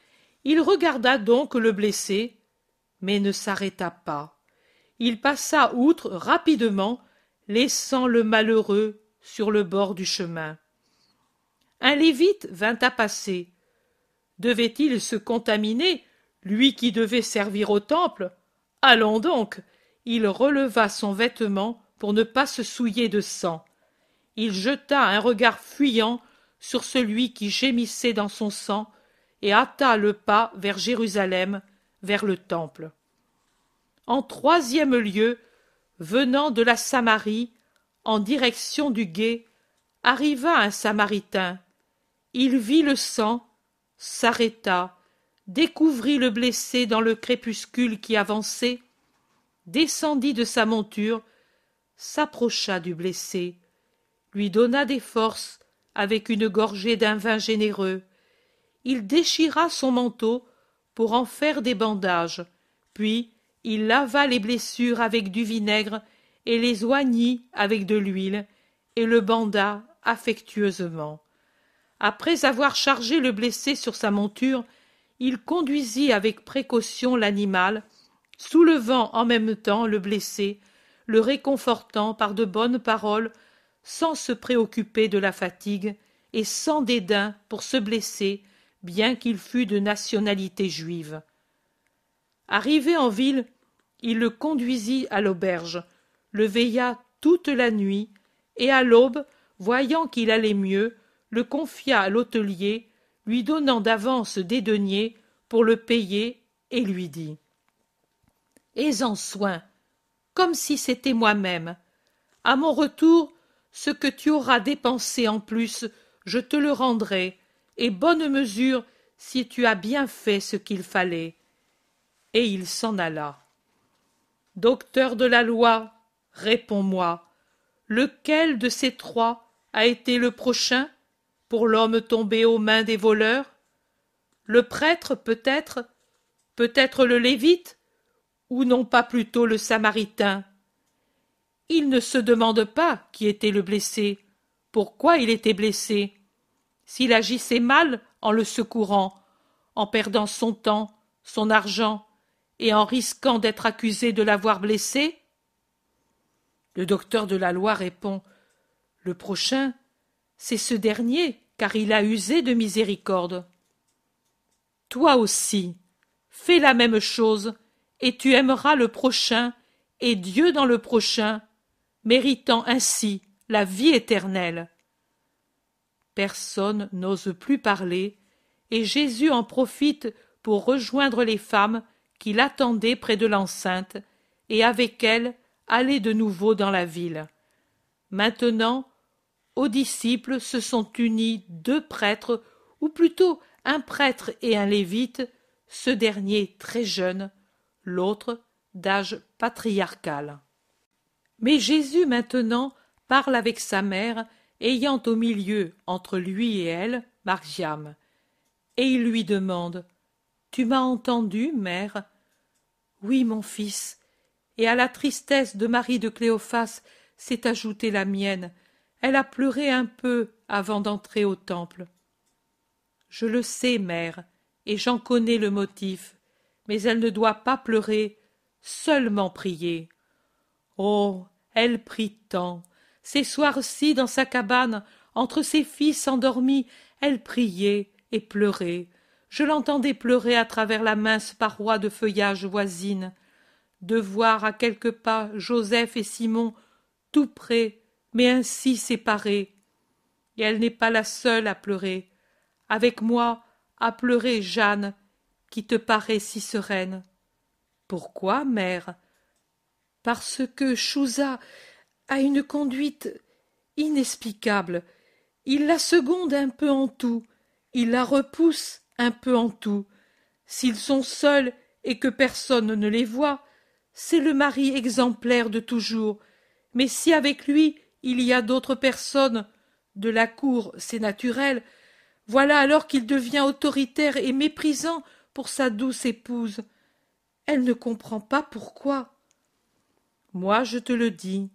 Il regarda donc le blessé, mais ne s'arrêta pas. Il passa outre rapidement, laissant le malheureux sur le bord du chemin. Un lévite vint à passer. Devait-il se contaminer, lui qui devait servir au temple? Allons donc! Il releva son vêtement pour ne pas se souiller de sang. Il jeta un regard fuyant sur celui qui gémissait dans son sang et hâta le pas vers Jérusalem, vers le temple. En troisième lieu, venant de la Samarie, en direction du gué, arriva un Samaritain. Il vit le sang, s'arrêta, découvrit le blessé dans le crépuscule qui avançait, descendit de sa monture, s'approcha du blessé, lui donna des forces avec une gorgée d'un vin généreux. Il déchira son manteau pour en faire des bandages, puis il lava les blessures avec du vinaigre et les oignit avec de l'huile, et le banda affectueusement. Après avoir chargé le blessé sur sa monture, il conduisit avec précaution l'animal, soulevant en même temps le blessé, le réconfortant par de bonnes paroles, sans se préoccuper de la fatigue et sans dédain pour ce blessé, bien qu'il fût de nationalité juive. Arrivé en ville, il le conduisit à l'auberge, le veilla toute la nuit, et à l'aube, voyant qu'il allait mieux, le confia à l'hôtelier, lui donnant d'avance des deniers pour le payer, et lui dit: « Aie-en soin, comme si c'était moi-même. À mon retour, ce que tu auras dépensé en plus, je te le rendrai, et bonne mesure si tu as bien fait ce qu'il fallait. » Et il s'en alla. Docteur de la loi, réponds-moi, lequel de ces trois a été le prochain pour l'homme tombé aux mains des voleurs? Le prêtre peut-être le lévite, ou non pas plutôt le samaritain? Il ne se demande pas qui était le blessé, pourquoi il était blessé, s'il agissait mal en le secourant, en perdant son temps, son argent, et en risquant d'être accusé de l'avoir blessé. Le docteur de la loi répond: le prochain, c'est ce dernier, car il a usé de miséricorde. Toi aussi, fais la même chose, et tu aimeras le prochain, et Dieu dans le prochain, méritant ainsi la vie éternelle. Personne n'ose plus parler, et Jésus en profite pour rejoindre les femmes qui l'attendaient près de l'enceinte, et avec elles aller de nouveau dans la ville. Maintenant, aux disciples se sont unis deux prêtres, ou plutôt un prêtre et un lévite, ce dernier très jeune, l'autre d'âge patriarcal. Mais Jésus maintenant parle avec sa mère, ayant au milieu entre lui et elle Mariam, et il lui demande: « Tu m'as entendu, mère ? » « Oui, mon fils. » Et à la tristesse de Marie de Cléophas s'est ajoutée la mienne. Elle a pleuré un peu avant d'entrer au temple. « Je le sais, mère, et j'en connais le motif, mais elle ne doit pas pleurer, seulement prier. » Oh, elle prie tant. Ces soirs-ci, dans sa cabane, entre ses fils endormis, elle priait et pleurait. Je l'entendais pleurer à travers la mince paroi de feuillage voisine. De voir à quelques pas Joseph et Simon, tout près, mais ainsi séparés. Et elle n'est pas la seule à pleurer. Avec moi a pleuré Jeanne, qui te paraît si sereine. Pourquoi, mère? Parce que Chouza a une conduite inexplicable. Il la seconde un peu en tout, il la repousse un peu en tout. S'ils sont seuls et que personne ne les voit, c'est le mari exemplaire de toujours. Mais si avec lui il y a d'autres personnes, de la cour c'est naturel, voilà alors qu'il devient autoritaire et méprisant pour sa douce épouse. Elle ne comprend pas pourquoi. Moi je te le dis,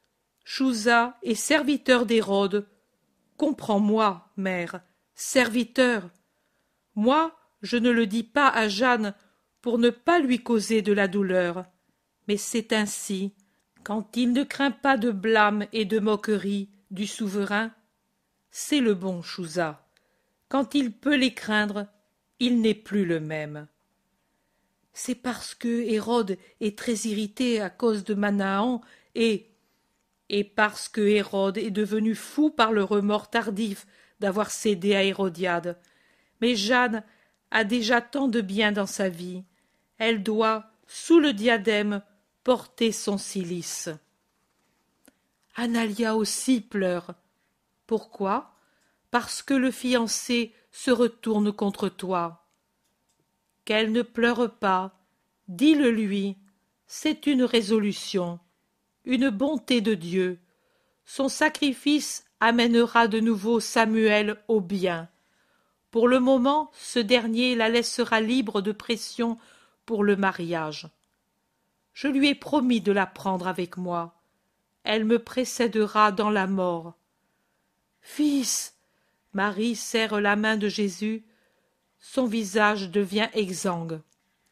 Chouza est serviteur d'Hérode. Comprends-moi, mère, serviteur. Moi, je ne le dis pas à Jeanne pour ne pas lui causer de la douleur, mais c'est ainsi, quand il ne craint pas de blâme et de moquerie du souverain, c'est le bon Chouza. Quand il peut les craindre, il n'est plus le même. C'est parce que Hérode est très irrité à cause de Manahan et parce que Hérode est devenu fou par le remords tardif d'avoir cédé à Hérodiade. Mais Jeanne a déjà tant de bien dans sa vie. Elle doit, sous le diadème, porter son cilice. Analia aussi pleure. Pourquoi? Parce que le fiancé se retourne contre toi. Qu'elle ne pleure pas, dis-le lui, c'est une résolution, une bonté de Dieu. Son sacrifice amènera de nouveau Samuel au bien. Pour le moment, ce dernier la laissera libre de pression pour le mariage. Je lui ai promis de la prendre avec moi. Elle me précédera dans la mort. Fils, Marie serre la main de Jésus. Son visage devient exsangue.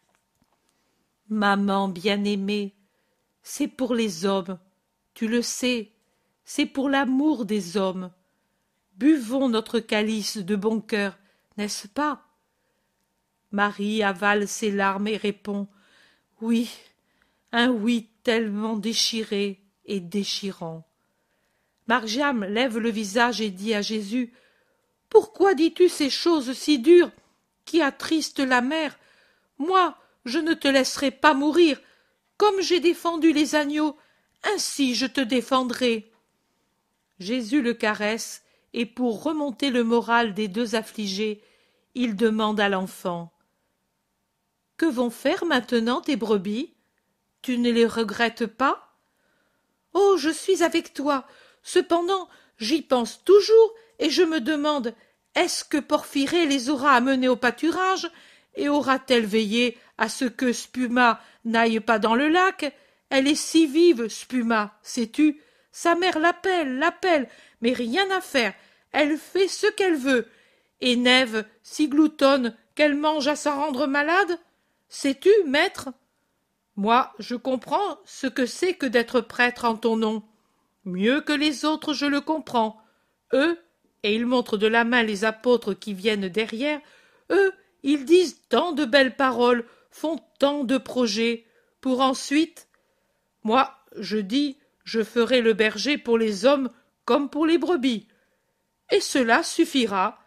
Maman bien-aimée, c'est pour les hommes, tu le sais, c'est pour l'amour des hommes. Buvons notre calice de bon cœur, n'est-ce pas? Marie avale ses larmes et répond « Oui », un oui tellement déchiré et déchirant. Marjam lève le visage et dit à Jésus « Pourquoi dis-tu ces choses si dures qui attristent la mère? Moi, je ne te laisserai pas mourir. Comme j'ai défendu les agneaux, ainsi je te défendrai. » Jésus le caresse, et pour remonter le moral des deux affligés, il demande à l'enfant « Que vont faire maintenant tes brebis? Tu ne les regrettes pas? »« Oh, je suis avec toi. Cependant, j'y pense toujours, et je me demande, est-ce que Porphyrée les aura amenées au pâturage, et aura-t-elle veillé à ce que Spuma n'aille pas dans le lac? Elle est si vive, Spuma, sais-tu? Sa mère l'appelle, mais rien à faire. Elle fait ce qu'elle veut. Et Nève, si gloutonne qu'elle mange à s'en rendre malade? Sais-tu, maître? Moi, je comprends ce que c'est que d'être prêtre en ton nom. Mieux que les autres, je le comprends. Eux, et il montre de la main les apôtres qui viennent derrière, eux, ils disent tant de belles paroles, font tant de projets, pour ensuite... Moi, je dis, je ferai le berger pour les hommes comme pour les brebis. Et cela suffira.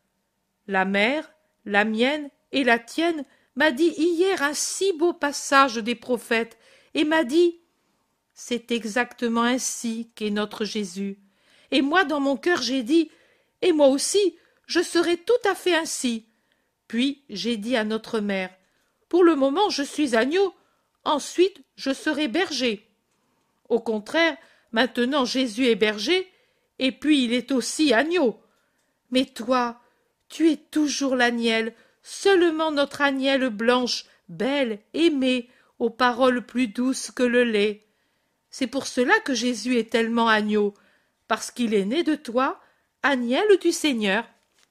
La mère, la mienne et la tienne m'a dit hier un si beau passage des prophètes, et m'a dit « C'est exactement ainsi qu'est notre Jésus. » Et moi, dans mon cœur, j'ai dit « Et moi aussi, je serai tout à fait ainsi. » Puis j'ai dit à notre mère « Pour le moment, je suis agneau, ensuite je serai berger. » Au contraire, maintenant Jésus est berger, et puis il est aussi agneau. Mais toi, tu es toujours l'agnelle, seulement notre agnelle blanche, belle, aimée, aux paroles plus douces que le lait. C'est pour cela que Jésus est tellement agneau, parce qu'il est né de toi, agnelle du Seigneur.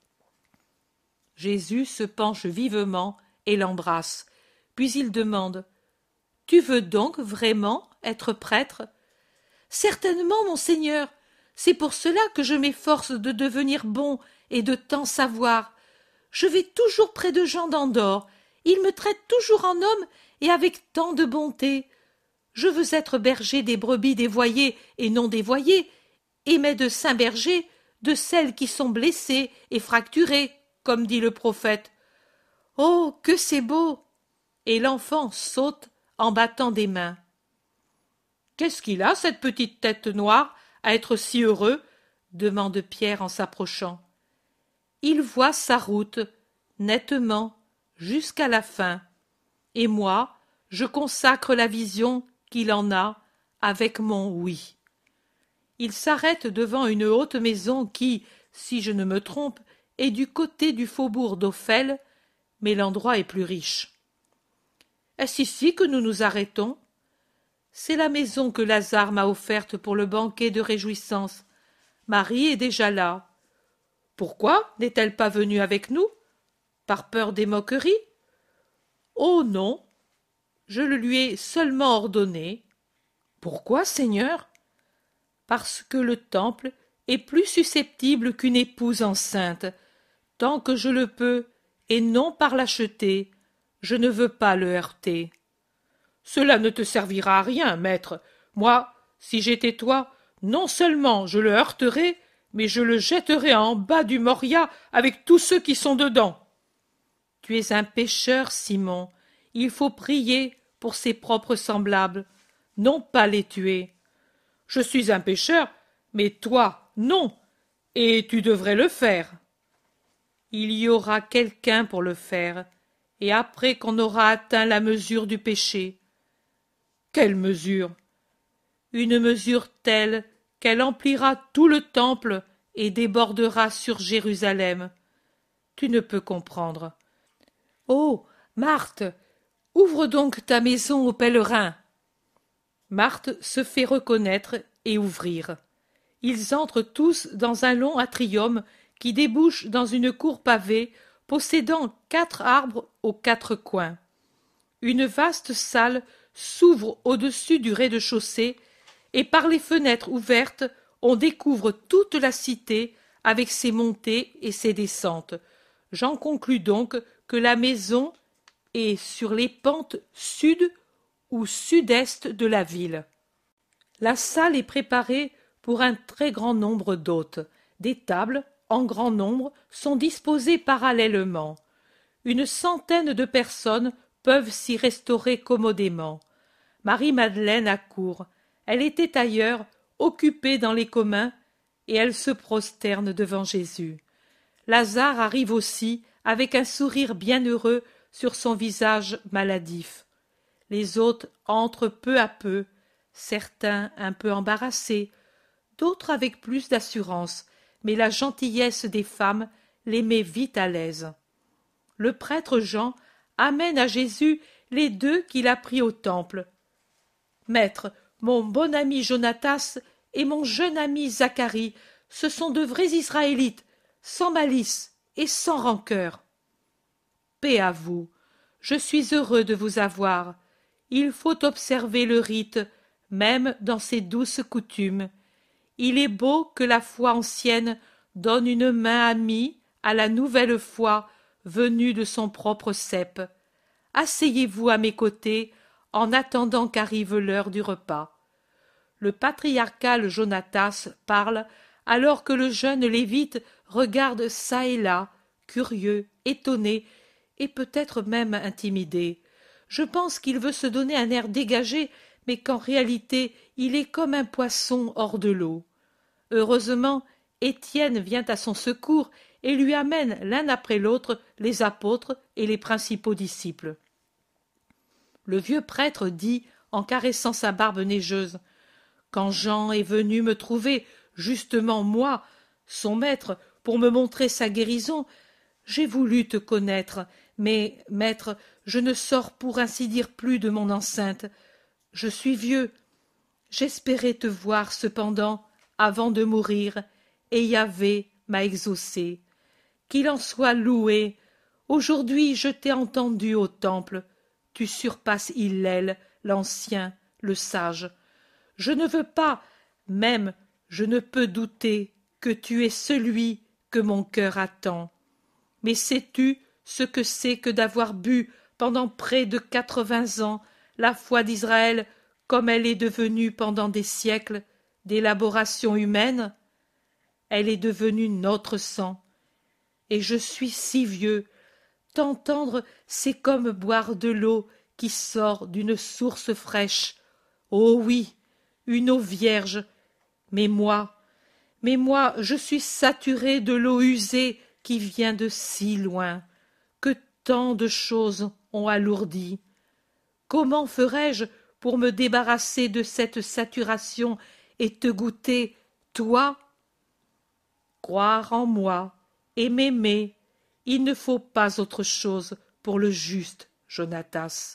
Jésus se penche vivement et l'embrasse, puis il demande « Tu veux donc vraiment être prêtre ?»« Certainement, mon Seigneur, c'est pour cela que je m'efforce de devenir bon et de tant savoir. Je vais toujours près de Jean d'Andorre, il me traite toujours en homme et avec tant de bonté. Je veux être berger des brebis dévoyées et non dévoyées, et médecin berger de celles qui sont blessées et fracturées, comme dit le prophète. Oh, que c'est beau! Et l'enfant saute en battant des mains. Qu'est-ce qu'il a, cette petite tête noire, à être si heureux? Demande Pierre en s'approchant. Il voit sa route, nettement, jusqu'à la fin, et moi, je consacre la vision qu'il en a avec mon oui. Il s'arrête devant une haute maison qui, si je ne me trompe, est du côté du faubourg d'Ophel, mais l'endroit est plus riche. Est-ce ici que nous nous arrêtons? C'est la maison que Lazare m'a offerte pour le banquet de réjouissance. Marie est déjà là. Pourquoi n'est-elle pas venue avec nous? Par peur des moqueries? Oh non, je le lui ai seulement ordonné. Pourquoi, Seigneur? Parce que le temple est plus susceptible qu'une épouse enceinte. Tant que je le peux, et non par l'acheter, je ne veux pas le heurter. Cela ne te servira à rien, maître. Moi, si j'étais toi, non seulement je le heurterais, mais je le jetterais en bas du Moria avec tous ceux qui sont dedans. Tu es un pécheur, Simon. Il faut prier pour ses propres semblables, non pas les tuer. Je suis un pécheur, mais toi, non, et tu devrais le faire. Il y aura quelqu'un pour le faire, et après qu'on aura atteint la mesure du péché. Quelle mesure? Une mesure telle qu'elle emplira tout le temple et débordera sur Jérusalem. Tu ne peux comprendre. Oh, Marthe, ouvre donc ta maison aux pèlerins. Marthe se fait reconnaître et ouvrir. Ils entrent tous dans un long atrium qui débouche dans une cour pavée possédant 4 arbres aux 4 coins. Une vaste salle s'ouvre au-dessus du rez-de-chaussée et par les fenêtres ouvertes on découvre toute la cité avec ses montées et ses descentes. J'en conclus donc que la maison est sur les pentes sud ou sud-est de la ville. La salle est préparée pour un très grand nombre d'hôtes. Des tables, en grand nombre, sont disposées parallèlement. Une centaine de personnes peuvent s'y restaurer commodément. Marie-Madeleine accourt. Elle était ailleurs, occupée dans les communs, et elle se prosterne devant Jésus. Lazare arrive aussi, avec un sourire bienheureux sur son visage maladif. Les hôtes entrent peu à peu, certains un peu embarrassés, d'autres avec plus d'assurance, mais la gentillesse des femmes les met vite à l'aise. Le prêtre Jean amène à Jésus les 2 qu'il a pris au temple. Maître, mon bon ami Jonatas et mon jeune ami Zacharie, ce sont de vrais Israélites, sans malice et sans rancœur. Paix à vous, je suis heureux de vous avoir. Il faut observer le rite, même dans ses douces coutumes. Il est beau que la foi ancienne donne une main amie à la nouvelle foi venue de son propre cep. Asseyez-vous à mes côtés en attendant qu'arrive l'heure du repas. Le patriarcal Jonatas parle alors que le jeune lévite regarde çà et là, curieux, étonné et peut-être même intimidé. Je pense qu'il veut se donner un air dégagé, mais qu'en réalité il est comme un poisson hors de l'eau. Heureusement, Étienne vient à son secours et lui amène l'un après l'autre les apôtres et les principaux disciples. Le vieux prêtre dit, en caressant sa barbe neigeuse, « Quand Jean est venu me trouver, justement moi, son maître, pour me montrer sa guérison, j'ai voulu te connaître, mais, maître, je ne sors pour ainsi dire plus de mon enceinte. Je suis vieux. J'espérais te voir cependant, avant de mourir, et Yahvé m'a exaucé. Qu'il en soit loué. Aujourd'hui je t'ai entendu au temple. Tu surpasses Hillel, l'ancien, le sage. Je ne veux pas, même je ne peux douter que tu es celui que mon cœur attend. Mais sais-tu ce que c'est que d'avoir bu pendant près de 80 ans la foi d'Israël comme elle est devenue pendant des siècles d'élaboration humaine? Elle est devenue notre sang. Et je suis si vieux. T'entendre, c'est comme boire de l'eau qui sort d'une source fraîche. Oh oui, une eau vierge. Mais moi, je suis saturé de l'eau usée qui vient de si loin, que tant de choses ont alourdi. Comment ferais-je pour me débarrasser de cette saturation et te goûter, toi? Croire en moi et m'aimer, il ne faut pas autre chose pour le juste Jonatas.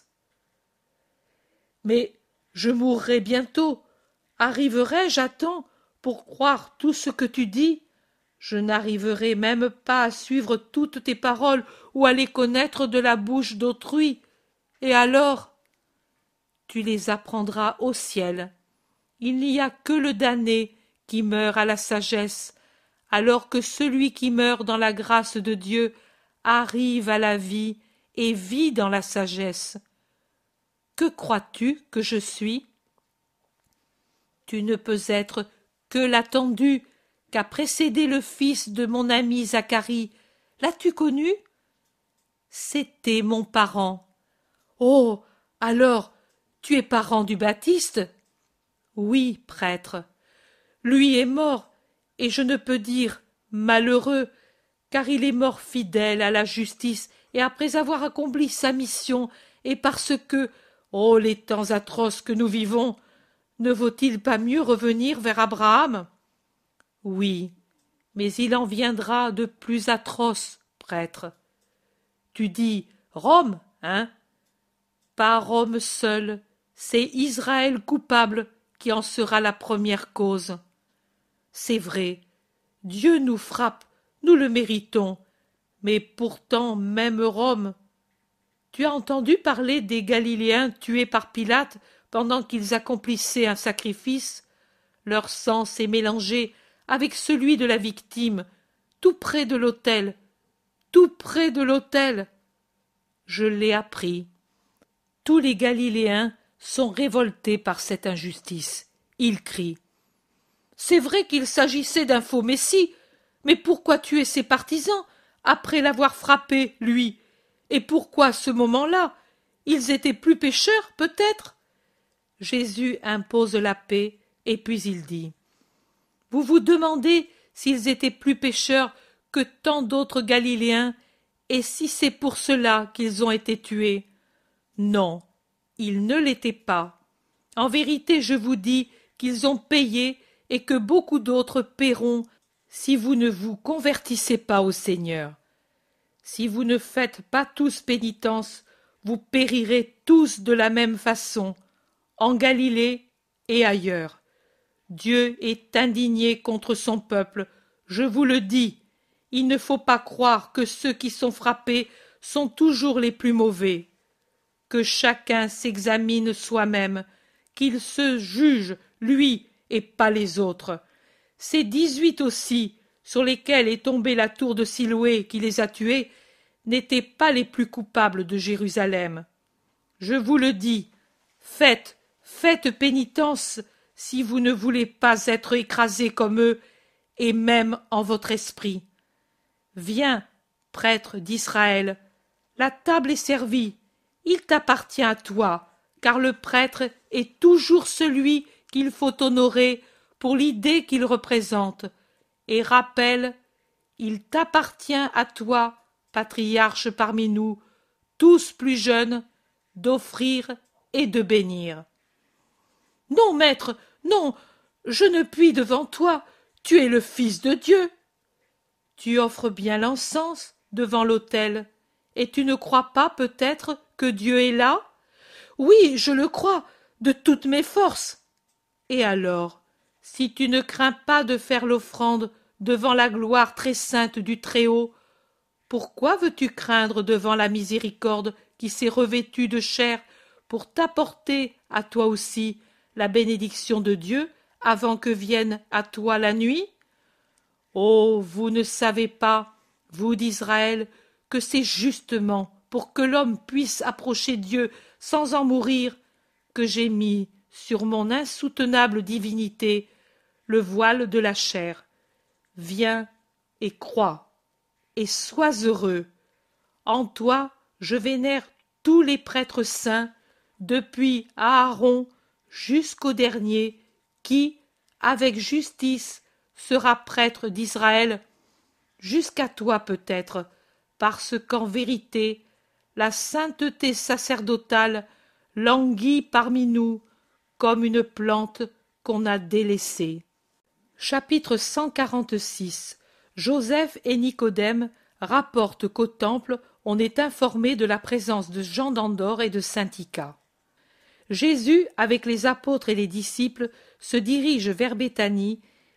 Mais je mourrai bientôt. Arriverai-je à temps pour croire tout ce que tu dis? Je n'arriverai même pas à suivre toutes tes paroles ou à les connaître de la bouche d'autrui. Et alors? Tu les apprendras au ciel. Il n'y a que le damné qui meurt à la sagesse, alors que celui qui meurt dans la grâce de Dieu arrive à la vie et vit dans la sagesse. Que crois-tu que je suis? Tu ne peux être que l'attendu qu'a précédé le fils de mon ami Zacharie. L'as-tu connu? C'était mon parent. Oh, alors, tu es parent du Baptiste? Oui, prêtre. Lui est mort, et je ne peux dire malheureux, car il est mort fidèle à la justice, et après avoir accompli sa mission, et parce que, oh, les temps atroces que nous vivons, ne vaut-il pas mieux revenir vers Abraham? Oui, mais il en viendra de plus atroces, prêtre. Tu dis Rome, hein? Pas Rome seul, c'est Israël coupable qui en sera la première cause. C'est vrai, Dieu nous frappe, nous le méritons, mais pourtant même Rome. Tu as entendu parler des Galiléens tués par Pilate pendant qu'ils accomplissaient un sacrifice? Leur sang s'est mélangé avec celui de la victime, tout près de l'autel, tout près de l'autel. Je l'ai appris. Tous les Galiléens sont révoltés par cette injustice. Ils crient. C'est vrai qu'il s'agissait d'un faux Messie, mais pourquoi tuer ses partisans après l'avoir frappé, lui? Et pourquoi, à ce moment-là, ils étaient plus pécheurs, peut-être? Jésus impose la paix, et puis il dit « Vous vous demandez s'ils étaient plus pécheurs que tant d'autres Galiléens, et si c'est pour cela qu'ils ont été tués? Non, ils ne l'étaient pas. En vérité, je vous dis qu'ils ont payé et que beaucoup d'autres paieront si vous ne vous convertissez pas au Seigneur. Si vous ne faites pas tous pénitence, vous périrez tous de la même façon, en Galilée et ailleurs. Dieu est indigné contre son peuple, je vous le dis. Il ne faut pas croire que ceux qui sont frappés sont toujours les plus mauvais. Que chacun s'examine soi-même, qu'il se juge, lui, et pas les autres. Ces 18 aussi, sur lesquels est tombée la tour de Siloé qui les a tués, n'étaient pas les plus coupables de Jérusalem. Je vous le dis, faites pénitence si vous ne voulez pas être écrasés comme eux, et même en votre esprit. Viens, prêtre d'Israël, la table est servie, il t'appartient à toi, car le prêtre est toujours celui qu'il faut honorer pour l'idée qu'il représente, et rappelle, il t'appartient à toi, patriarche parmi nous, tous plus jeunes, d'offrir et de bénir. Non, maître, non, je ne puis devant toi, tu es le Fils de Dieu. Tu offres bien l'encens devant l'autel, et tu ne crois pas peut-être que Dieu est là? Oui, je le crois, de toutes mes forces. Et alors, si tu ne crains pas de faire l'offrande devant la gloire très sainte du Très-Haut, pourquoi veux-tu craindre devant la miséricorde qui s'est revêtue de chair pour t'apporter à toi aussi la bénédiction de Dieu avant que vienne à toi la nuit? Oh, vous ne savez pas, vous d'Israël, que c'est justement pour que l'homme puisse approcher Dieu sans en mourir que j'ai mis sur mon insoutenable divinité le voile de la chair. Viens et crois, et sois heureux. En toi je vénère tous les prêtres saints, depuis Aaron jusqu'au dernier, qui, avec justice, sera prêtre d'Israël, jusqu'à toi peut-être, parce qu'en vérité, la sainteté sacerdotale languit parmi nous comme une plante qu'on a délaissée. Chapitre 146. Joseph et Nicodème rapportent qu'au temple on est informé de la présence de Jean d'Andorre et de saint Ika. Jésus, avec les apôtres et les disciples, se dirige vers Béthanie,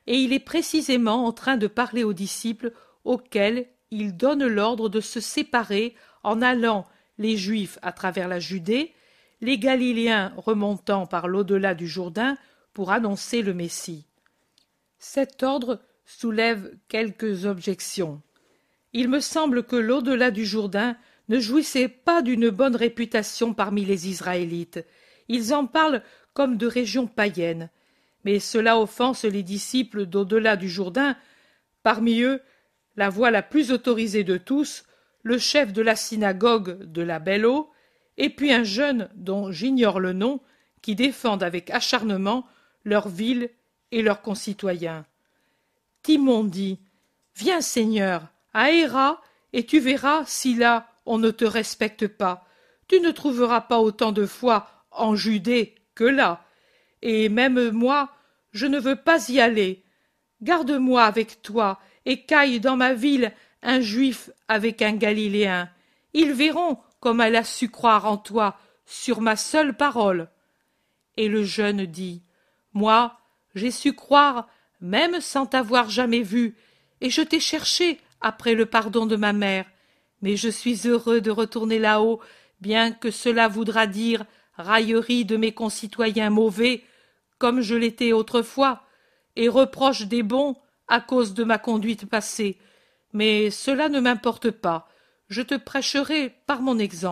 et il est précisément en train de parler aux disciples auxquels il donne l'ordre de se séparer en allant, les Juifs à travers la Judée, les Galiléens remontant par l'au-delà du Jourdain pour annoncer le Messie. Cet ordre soulève quelques objections. Il me semble que l'au-delà du Jourdain ne jouissait pas d'une bonne réputation parmi les Israélites. Ils en parlent comme de régions païennes. Mais cela offense les disciples d'au-delà du Jourdain. Parmi eux, la voix la plus autorisée de tous, le chef de la synagogue de la Belle-Eau, et puis un jeune dont j'ignore le nom, qui défendent avec acharnement leur ville et leurs concitoyens. Timon dit « Viens, Seigneur, à Héra, et tu verras si là on ne te respecte pas. Tu ne trouveras pas autant de foi en Judée que là. Et même moi, je ne veux pas y aller. Garde-moi avec toi, et qu'aille dans ma ville un Juif avec un Galiléen. Ils verront comme elle a su croire en toi, sur ma seule parole. » Et le jeune dit « Moi, j'ai su croire, même sans t'avoir jamais vu, et je t'ai cherché après le pardon de ma mère. Mais je suis heureux de retourner là-haut, bien que cela voudra dire raillerie de mes concitoyens mauvais, comme je l'étais autrefois, et reproche des bons à cause de ma conduite passée. Mais cela ne m'importe pas, je te prêcherai par mon exemple. »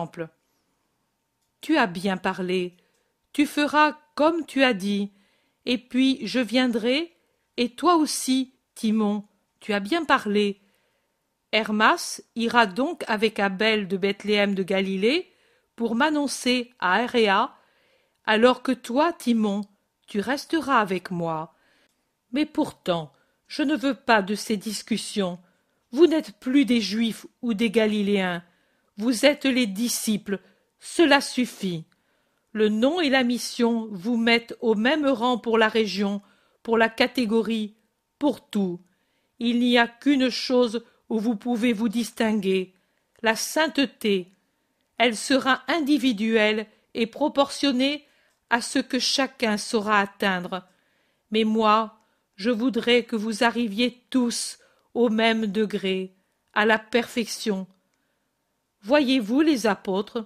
Tu as bien parlé, tu feras comme tu as dit, et puis je viendrai, et toi aussi, Timon, tu as bien parlé. Hermas ira donc avec Abel de Bethléem de Galilée pour m'annoncer à Aréa, alors que toi, Timon, tu resteras avec moi. Mais pourtant, je ne veux pas de ces discussions. Vous n'êtes plus des Juifs ou des Galiléens, vous êtes les disciples, cela suffit. Le nom et la mission vous mettent au même rang pour la région, pour la catégorie, pour tout. Il n'y a qu'une chose où vous pouvez vous distinguer, la sainteté. Elle sera individuelle et proportionnée à ce que chacun saura atteindre. Mais moi, je voudrais que vous arriviez tous au même degré, à la perfection. Voyez-vous les apôtres?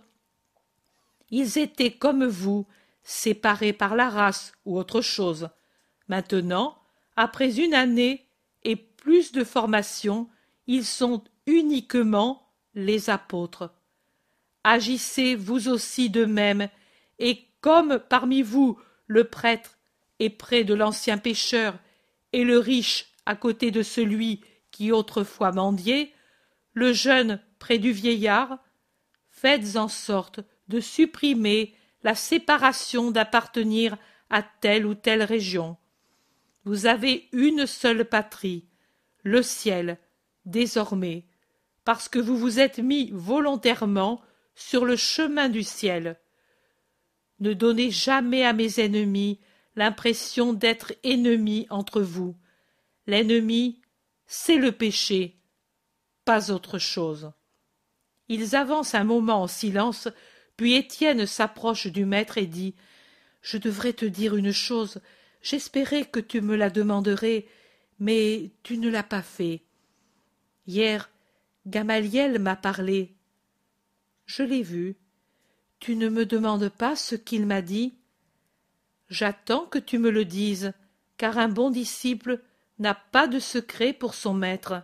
Ils étaient comme vous, séparés par la race ou autre chose. Maintenant, après une année et plus de formation, ils sont uniquement les apôtres. Agissez vous aussi de même, et comme parmi vous le prêtre est près de l'ancien pécheur et le riche à côté de celui qui autrefois mendiait, le jeune près du vieillard, faites en sorte de supprimer la séparation d'appartenir à telle ou telle région. Vous avez une seule patrie, le ciel, désormais, parce que vous vous êtes mis volontairement sur le chemin du ciel. Ne donnez jamais à mes ennemis l'impression d'être ennemis entre vous. L'ennemi, c'est le péché, pas autre chose. Ils avancent un moment en silence, puis Étienne s'approche du maître et dit « Je devrais te dire une chose, j'espérais que tu me la demanderais, mais tu ne l'as pas fait. Hier, Gamaliel m'a parlé. Je l'ai vu. Tu ne me demandes pas ce qu'il m'a dit? J'attends que tu me le dises, car un bon disciple n'a pas de secret pour son maître.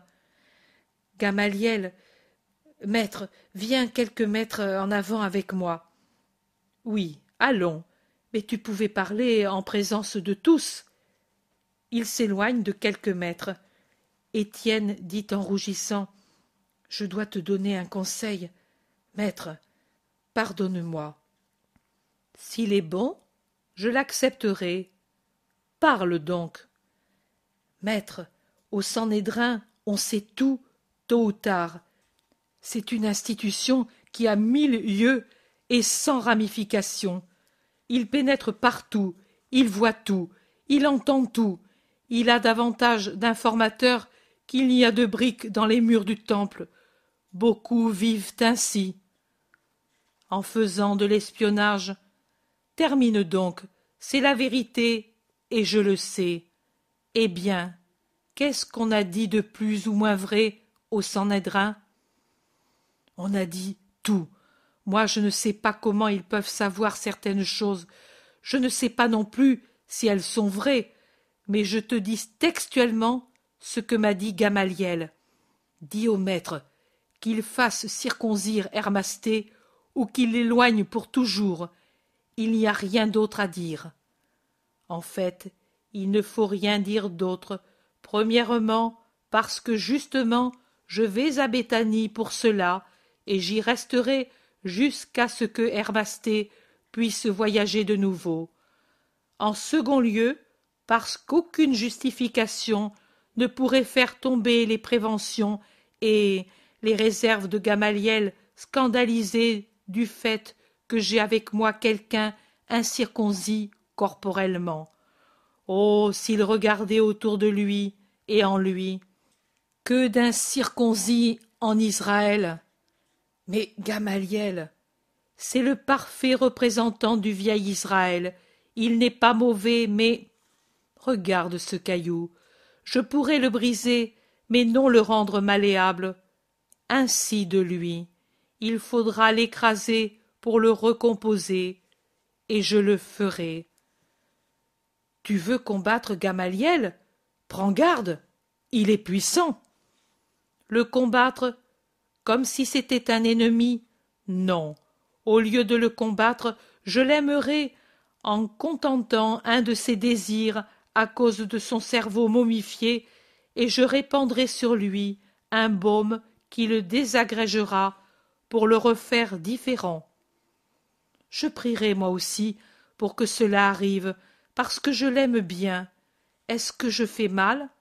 Gamaliel, maître, viens quelques mètres en avant avec moi. Oui, allons, mais tu pouvais parler en présence de tous. Il s'éloigne de quelques mètres. Étienne dit en rougissant « Je dois te donner un conseil. Maître, pardonne-moi. S'il est bon, je l'accepterai. Parle donc. Maître, au Sanhédrin, on sait tout, tôt ou tard. C'est une institution qui a 1000 lieues et 100 ramifications. Il pénètre partout, il voit tout, il entend tout. Il a davantage d'informateurs qu'il n'y a de briques dans les murs du temple. Beaucoup vivent ainsi. En faisant de l'espionnage. Termine donc, c'est la vérité, et je le sais. Eh bien, qu'est-ce qu'on a dit de plus ou moins vrai au Sanhédrin? On a dit tout. Moi, je ne sais pas comment ils peuvent savoir certaines choses. Je ne sais pas non plus si elles sont vraies, mais je te dis textuellement ce que m'a dit Gamaliel. Dis au maître qu'il fasse circoncire Hermasté ou qu'il l'éloigne pour toujours. Il n'y a rien d'autre à dire. En fait, il ne faut rien dire d'autre. Premièrement, parce que justement, je vais à Béthanie pour cela, et j'y resterai jusqu'à ce que Hermasté puisse voyager de nouveau. En second lieu, parce qu'aucune justification ne pourrait faire tomber les préventions et les réserves de Gamaliel scandalisé du fait que j'ai avec moi quelqu'un incirconcis corporellement. Oh, s'il regardait autour de lui et en lui! Que d'incirconcis en Israël! Mais Gamaliel, c'est le parfait représentant du vieil Israël. Il n'est pas mauvais, mais... Regarde ce caillou. Je pourrais le briser, mais non le rendre malléable. Ainsi de lui. Il faudra l'écraser pour le recomposer, et je le ferai. Tu veux combattre Gamaliel? Prends garde, il est puissant. Le combattre comme si c'était un ennemi? Non. Au lieu de le combattre, je l'aimerais en contentant un de ses désirs à cause de son cerveau momifié, et je répandrai sur lui un baume qui le désagrégera pour le refaire différent. Je prierai moi aussi pour que cela arrive, parce que je l'aime bien. Est-ce que je fais mal?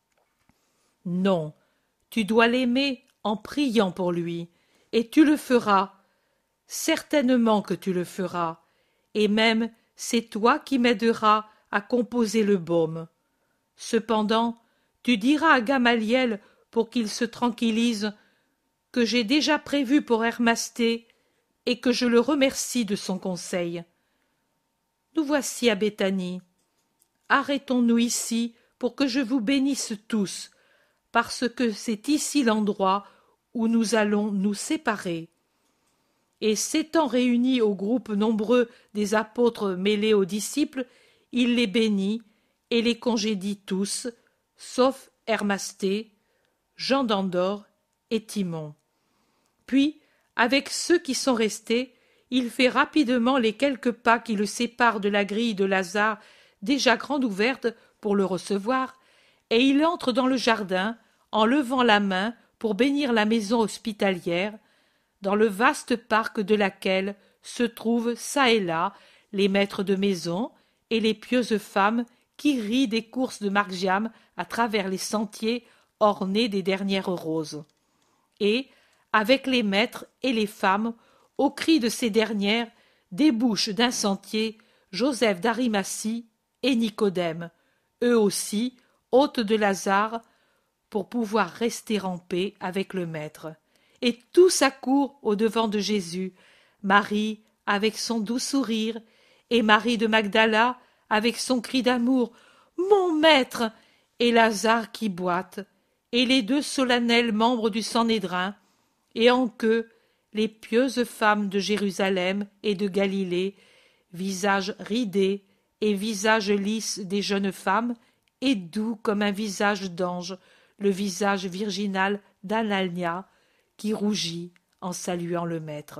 Non, tu dois l'aimer en priant pour lui, et tu le feras. Certainement que tu le feras, et même c'est toi qui m'aideras à composer le baume. Cependant, tu diras à Gamaliel, pour qu'il se tranquillise, que j'ai déjà prévu pour Hermasté et que je le remercie de son conseil. Nous voici à Béthanie. Arrêtons-nous ici pour que je vous bénisse tous, parce que c'est ici l'endroit où nous allons nous séparer. Et s'étant réunis au groupe nombreux des apôtres mêlés aux disciples, il les bénit et les congédie tous, sauf Hermasté, Jean d'Andorre et Timon. Puis, avec ceux qui sont restés, il fait rapidement les quelques pas qui le séparent de la grille de Lazare, déjà grande ouverte pour le recevoir, et il entre dans le jardin en levant la main pour bénir la maison hospitalière, dans le vaste parc de laquelle se trouvent çà et là les maîtres de maison et les pieuses femmes qui rient des courses de Margiam à travers les sentiers ornés des dernières roses. Et, avec les maîtres et les femmes, au cri de ces dernières, débouchent d'un sentier Joseph d'Arimathie et Nicodème, eux aussi hôtes de Lazare, pour pouvoir rester en paix avec le Maître. Et tous accourent au-devant de Jésus, Marie avec son doux sourire, et Marie de Magdala avec son cri d'amour « Mon Maître !» et Lazare qui boite, et les deux solennels membres du Sanhédrin, et en queue les pieuses femmes de Jérusalem et de Galilée, visage ridé et visage lisse des jeunes femmes, et doux comme un visage d'ange, le visage virginal d'Anania, qui rougit en saluant le Maître.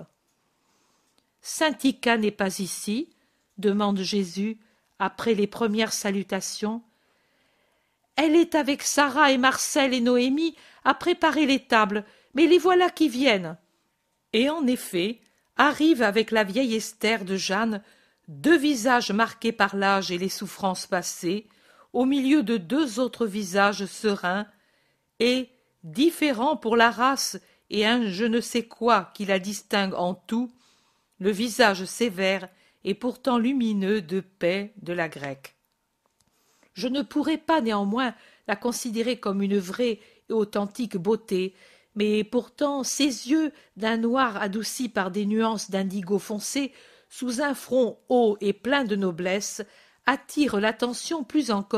« Saint-Ica n'est pas ici ?» demande Jésus après les premières salutations. « Elle est avec Sarah et Marcel et Noémie à préparer les tables, mais les voilà qui viennent. » Et en effet, arrivent avec la vieille Esther de Jeanne deux visages marqués par l'âge et les souffrances passées, au milieu de deux autres visages sereins, et, différents pour la race et un je ne sais quoi qui la distingue en tout, le visage sévère et pourtant lumineux de paix de la grecque. Je ne pourrais pas néanmoins la considérer comme une vraie et authentique beauté, mais pourtant ses yeux d'un noir adouci par des nuances d'indigo foncé, sous un front haut et plein de noblesse, attirent l'attention plus encore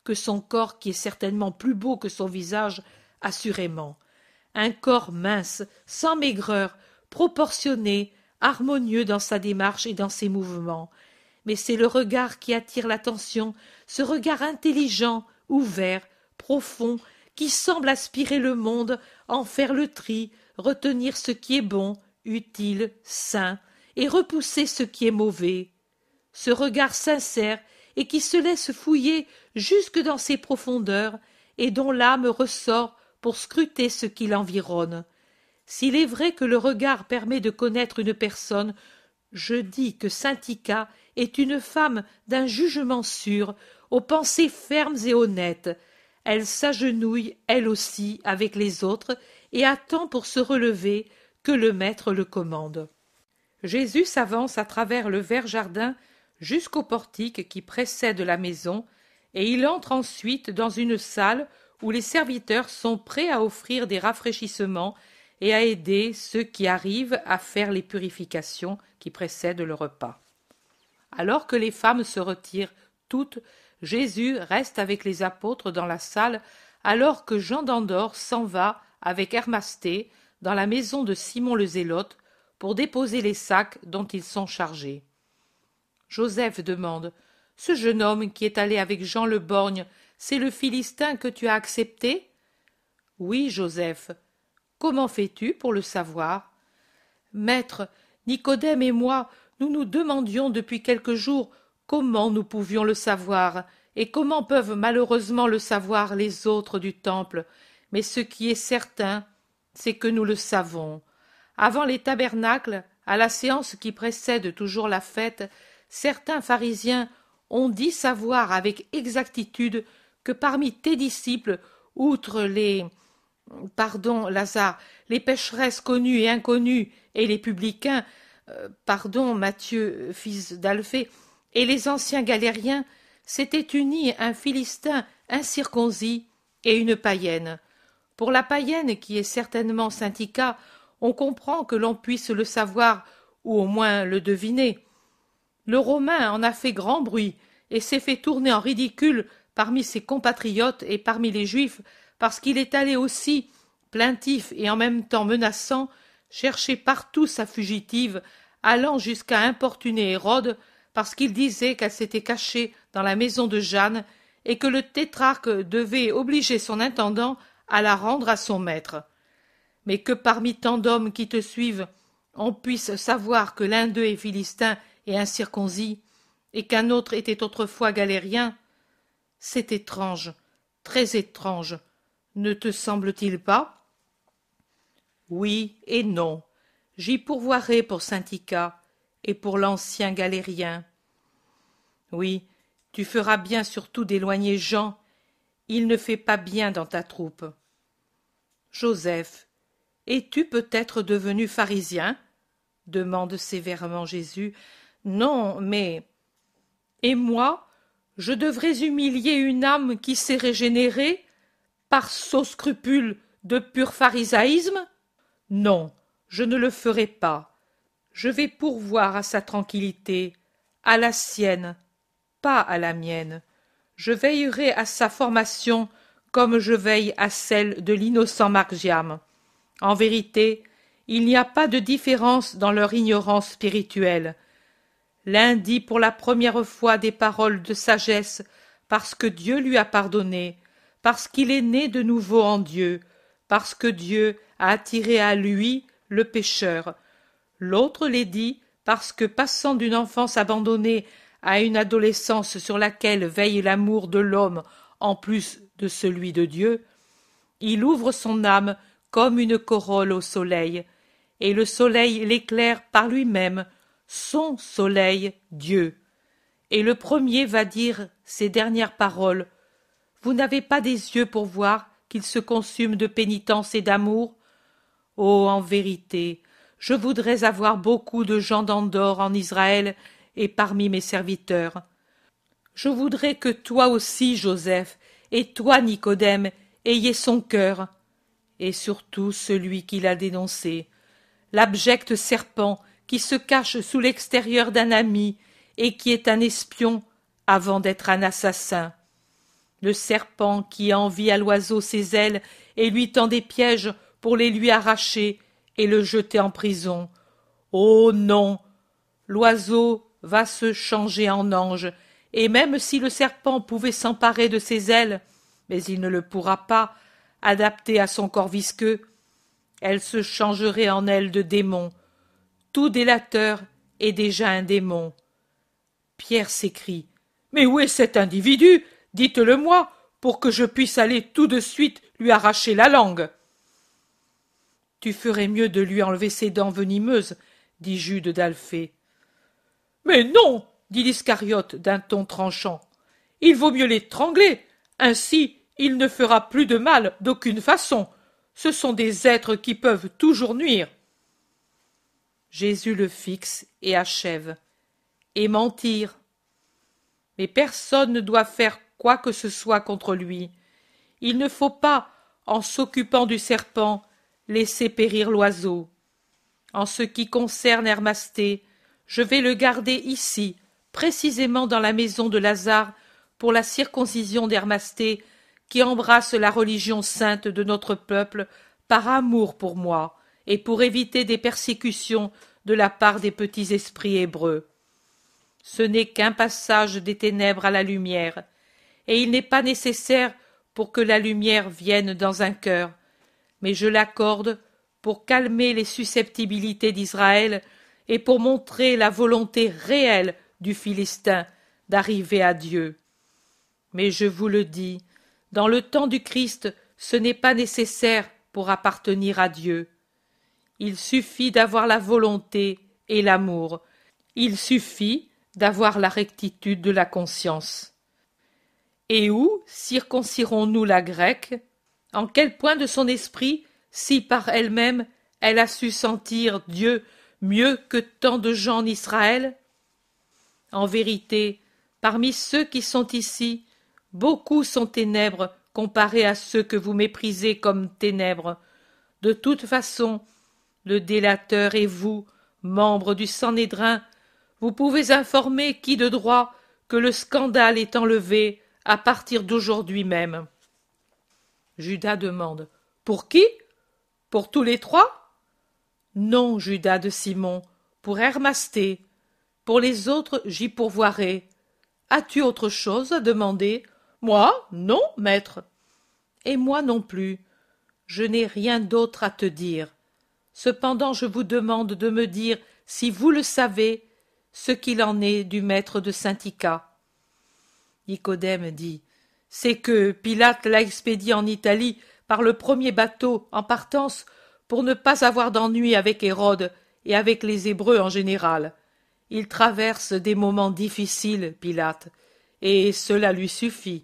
que son corps qui est certainement plus beau que son visage, assurément. Un corps mince, sans maigreur, proportionné, harmonieux dans sa démarche et dans ses mouvements. Mais c'est le regard qui attire l'attention, ce regard intelligent, ouvert, profond, qui semble aspirer le monde, en faire le tri, retenir ce qui est bon, utile, sain, et repousser ce qui est mauvais. Ce regard sincère et qui se laisse fouiller jusque dans ses profondeurs et dont l'âme ressort pour scruter ce qui l'environne. S'il est vrai que le regard permet de connaître une personne, je dis que Saint-Ika est une femme d'un jugement sûr, aux pensées fermes et honnêtes. Elle s'agenouille, elle aussi, avec les autres, et attend pour se relever que le maître le commande. Jésus s'avance à travers le vert jardin jusqu'au portique qui précède la maison, et il entre ensuite dans une salle où les serviteurs sont prêts à offrir des rafraîchissements et à aider ceux qui arrivent à faire les purifications qui précèdent le repas. Alors que les femmes se retirent toutes, Jésus reste avec les apôtres dans la salle, alors que Jean d'Andorre s'en va avec Hermasté dans la maison de Simon le Zélote pour déposer les sacs dont ils sont chargés. Joseph demande « Ce jeune homme qui est allé avec Jean le borgne, c'est le Philistin que tu as accepté ?» « Oui, Joseph. Comment fais-tu pour le savoir ?»« Maître, Nicodème et moi, nous nous demandions depuis quelques jours comment nous pouvions le savoir, et comment peuvent malheureusement le savoir les autres du temple. Mais ce qui est certain, c'est que nous le savons. Avant les tabernacles, à la séance qui précède toujours la fête, certains pharisiens ont dit savoir avec exactitude que parmi tes disciples, outre les pécheresses connues et inconnues, et les publicains, Matthieu, fils d'Alphée, et les anciens galériens, s'étaient unis un Philistin incirconcis et une païenne. Pour la païenne, qui est certainement Saint-Ika, on comprend que l'on puisse le savoir, ou au moins le deviner. Le Romain en a fait grand bruit, et s'est fait tourner en ridicule parmi ses compatriotes et parmi les Juifs, parce qu'il est allé aussi, plaintif et en même temps menaçant, chercher partout sa fugitive, allant jusqu'à importuner Hérode, parce qu'il disait qu'elle s'était cachée dans la maison de Jeanne, et que le tétrarque devait obliger son intendant à la rendre à son maître. Mais que parmi tant d'hommes qui te suivent, on puisse savoir que l'un d'eux est philistin et incirconcis, et qu'un autre était autrefois galérien, c'est étrange, très étrange, ne te semble-t-il pas? Oui et non, j'y pourvoirai pour Saint-Ika et pour l'ancien galérien. Oui, tu feras bien surtout d'éloigner Jean, il ne fait pas bien dans ta troupe. Joseph, es-tu peut-être devenu pharisien? Demande sévèrement Jésus. Non, mais... Et moi, je devrais humilier une âme qui s'est régénérée par sot scrupule de pur pharisaïsme? Non, je ne le ferai pas. Je vais pourvoir à sa tranquillité, à la sienne, pas à la mienne. Je veillerai à sa formation comme je veille à celle de l'innocent Margiam. En vérité, il n'y a pas de différence dans leur ignorance spirituelle. L'un dit pour la première fois des paroles de sagesse parce que Dieu lui a pardonné, parce qu'il est né de nouveau en Dieu, parce que Dieu a attiré à lui le pécheur. L'autre les dit parce que, passant d'une enfance abandonnée à une adolescence sur laquelle veille l'amour de l'homme en plus de celui de Dieu, il ouvre son âme comme une corolle au soleil, et le soleil l'éclaire par lui-même, son soleil, Dieu. Et le premier va dire ces dernières paroles. Vous n'avez pas des yeux pour voir qu'il se consume de pénitence et d'amour? Oh, en vérité, je voudrais avoir beaucoup de gens d'Andorre en Israël et parmi mes serviteurs. Je voudrais que toi aussi, Joseph, et toi, Nicodème, ayez son cœur, et surtout celui qui l'a dénoncé, l'abject serpent qui se cache sous l'extérieur d'un ami et qui est un espion avant d'être un assassin. le serpent qui envie à l'oiseau ses ailes et lui tend des pièges pour les lui arracher et le jeter en prison. Oh non! L'oiseau va se changer en ange, et même si le serpent pouvait s'emparer de ses ailes, mais il ne le pourra pas, adapté à son corps visqueux, elle se changerait en aile de démon. Tout délateur est déjà un démon. Pierre s'écrie. Mais où est cet individu? Dites-le-moi, pour que je puisse aller tout de suite lui arracher la langue. Tu ferais mieux de lui enlever ses dents venimeuses, dit Jude d'Alphée. Mais non, dit l'Iscariote d'un ton tranchant. Il vaut mieux l'étrangler, ainsi il ne fera plus de mal d'aucune façon. Ce sont des êtres qui peuvent toujours nuire. Jésus le fixe et achève. Et mentir. Mais personne ne doit faire quoi que ce soit contre lui. Il ne faut pas, en s'occupant du serpent, laisser périr l'oiseau. En ce qui concerne Hermasté, je vais le garder ici, précisément dans la maison de Lazare, pour la circoncision d'Hermasté, qui embrasse la religion sainte de notre peuple par amour pour moi, et pour éviter des persécutions de la part des petits esprits hébreux. Ce n'est qu'un passage des ténèbres à la lumière, et il n'est pas nécessaire pour que la lumière vienne dans un cœur, mais je l'accorde pour calmer les susceptibilités d'Israël et pour montrer la volonté réelle du Philistin d'arriver à Dieu. Mais je vous le dis, dans le temps du Christ, ce n'est pas nécessaire pour appartenir à Dieu. Il suffit d'avoir la volonté et l'amour. Il suffit d'avoir la rectitude de la conscience. Et où circoncirons-nous la grecque? En quel point de son esprit, si par elle-même elle a su sentir Dieu mieux que tant de gens en Israël? En vérité, parmi ceux qui sont ici, beaucoup sont ténèbres comparés à ceux que vous méprisez comme ténèbres. De toute façon, le délateur et vous, membres du Sanhédrin, vous pouvez informer qui de droit que le scandale est enlevé à partir d'aujourd'hui même. Judas demande. Pour qui? Pour tous les trois? Non, Judas de Simon, pour Hermasté. Pour les autres, j'y pourvoirai. As-tu autre chose à demander? Moi? Non, maître. Et moi non plus. Je n'ai rien d'autre à te dire. Cependant, je vous demande de me dire, si vous le savez, ce qu'il en est du maître de Saint-Ica. Nicodème dit. C'est que Pilate l'a expédié en Italie par le premier bateau en partance pour ne pas avoir d'ennui avec Hérode et avec les Hébreux en général. Il traverse des moments difficiles, Pilate, et cela lui suffit.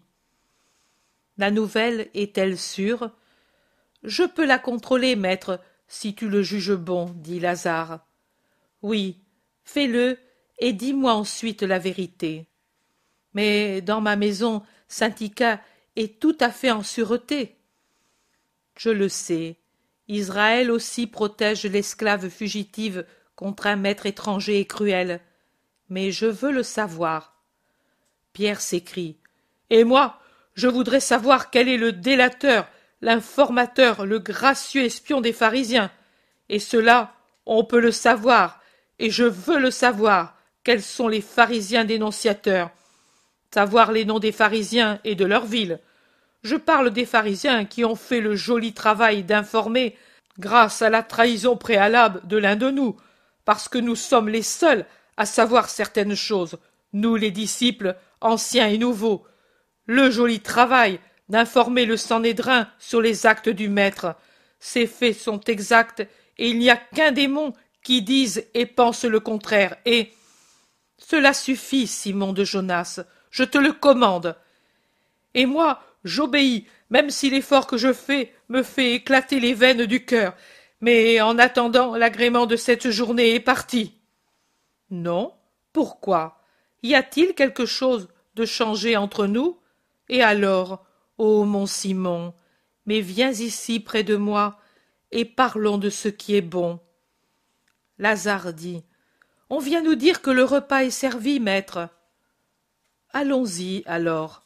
La nouvelle est-elle sûre? Je peux la contrôler, maître, si tu le juges bon, dit Lazare. Oui, fais-le, et dis-moi ensuite la vérité. Mais dans ma maison, Saint-Ica est tout à fait en sûreté. Je le sais. Israël aussi protège l'esclave fugitive contre un maître étranger et cruel. Mais je veux le savoir. Pierre s'écrie. Et moi, je voudrais savoir quel est le délateur, l'informateur, le gracieux espion des pharisiens. Et cela, on peut le savoir, et je veux le savoir, quels sont les pharisiens dénonciateurs. Savoir les noms des pharisiens et de leur ville. Je parle des pharisiens qui ont fait le joli travail d'informer grâce à la trahison préalable de l'un de nous, parce que nous sommes les seuls à savoir certaines choses, nous les disciples, anciens et nouveaux. Le joli travail d'informer le Sanhédrin sur les actes du Maître. Ces faits sont exacts, et il n'y a qu'un démon qui dise et pense le contraire, et... Cela suffit, Simon de Jonas, je te le commande. Et moi, j'obéis, même si l'effort que je fais me fait éclater les veines du cœur. Mais en attendant, l'agrément de cette journée est parti. Non? Pourquoi? Y a-t-il quelque chose de changé entre nous? Et alors, ô mon Simon, mais viens ici près de moi, et parlons de ce qui est bon. Lazare dit. On vient nous dire que le repas est servi, maître. Allons-y, alors.